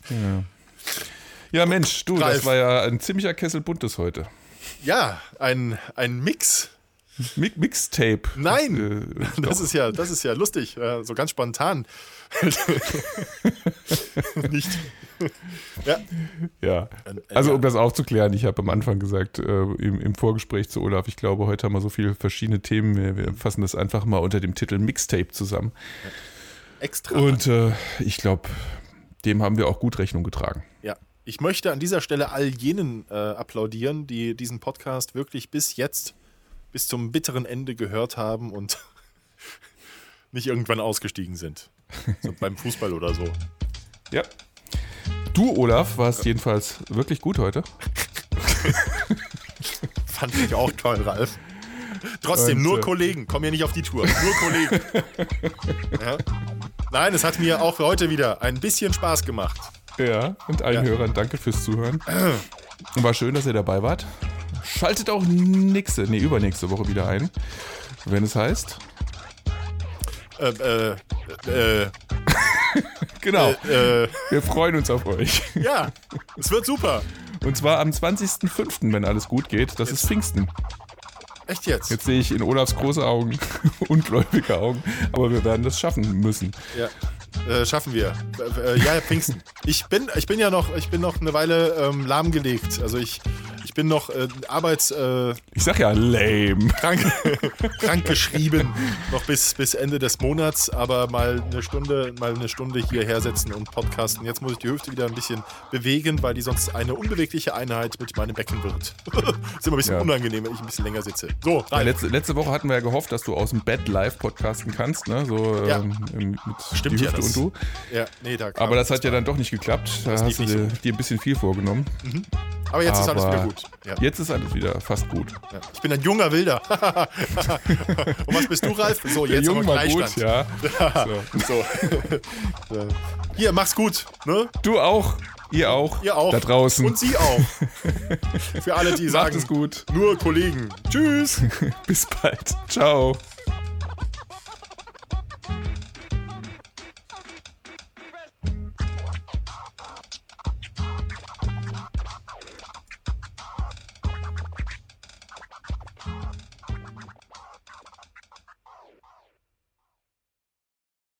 Ja, Mensch, du, Ralf, das war ja ein ziemlicher Kessel Buntes heute. Ja, ein Mix. Mixtape. Nein, das ist ja lustig, so ganz spontan. Nicht. Ja. Also um das aufzuklären, ich habe am Anfang gesagt, im Vorgespräch zu Olaf, ich glaube, heute haben wir so viele verschiedene Themen, wir fassen das einfach mal unter dem Titel Mixtape zusammen. Extra. Und ich glaube, dem haben wir auch gut Rechnung getragen. Ja. Ich möchte an dieser Stelle all jenen applaudieren, die diesen Podcast wirklich bis zum bitteren Ende gehört haben und nicht irgendwann ausgestiegen sind. So beim Fußball oder so. Ja. Du, Olaf, warst jedenfalls wirklich gut heute. Fand ich auch toll, Ralf. Trotzdem, nur Kollegen. Komm hier nicht auf die Tour. Nur Kollegen. Ja? Nein, es hat mir auch heute wieder ein bisschen Spaß gemacht. Ja, und allen Hörern danke fürs Zuhören. Und war schön, dass ihr dabei wart. Schaltet auch übernächste Woche wieder ein, wenn es heißt. Genau. Wir freuen uns auf euch. Ja, es wird super. Und zwar am 20.05., wenn alles gut geht. Das ist Pfingsten. Echt jetzt? Jetzt sehe ich in Olafs große Augen, ungläubige Augen, aber wir werden das schaffen müssen. Ja. Schaffen wir. Ja, Pfingsten. Ich bin noch eine Weile lahmgelegt. Also ich bin noch ich sag ja lame. Krank geschrieben. Noch bis Ende des Monats, aber mal eine Stunde hierher setzen und podcasten. Jetzt muss ich die Hüfte wieder ein bisschen bewegen, weil die sonst eine unbewegliche Einheit mit meinem Becken wird. Ist immer ein bisschen unangenehm, wenn ich ein bisschen länger sitze. So, letzte Woche hatten wir ja gehofft, dass du aus dem Bett live podcasten kannst, ne? So mit stimmt die Hüfte ja, und du. Ja, nee, aber das hat ja dann doch nicht geklappt. Da hast du dir ein bisschen viel vorgenommen. Mhm. Aber jetzt ist alles wieder gut. Ja. Jetzt ist alles wieder fast gut. Ja. Ich bin ein junger Wilder. Und was bist du, Ralf? So, jetzt jung mal gut, ja. So. Hier, mach's gut. Ne? Du auch. Ihr auch. Da draußen. Und Sie auch. Für alle, die sagen, macht es gut. Nur Kollegen. Tschüss. Bis bald. Ciao.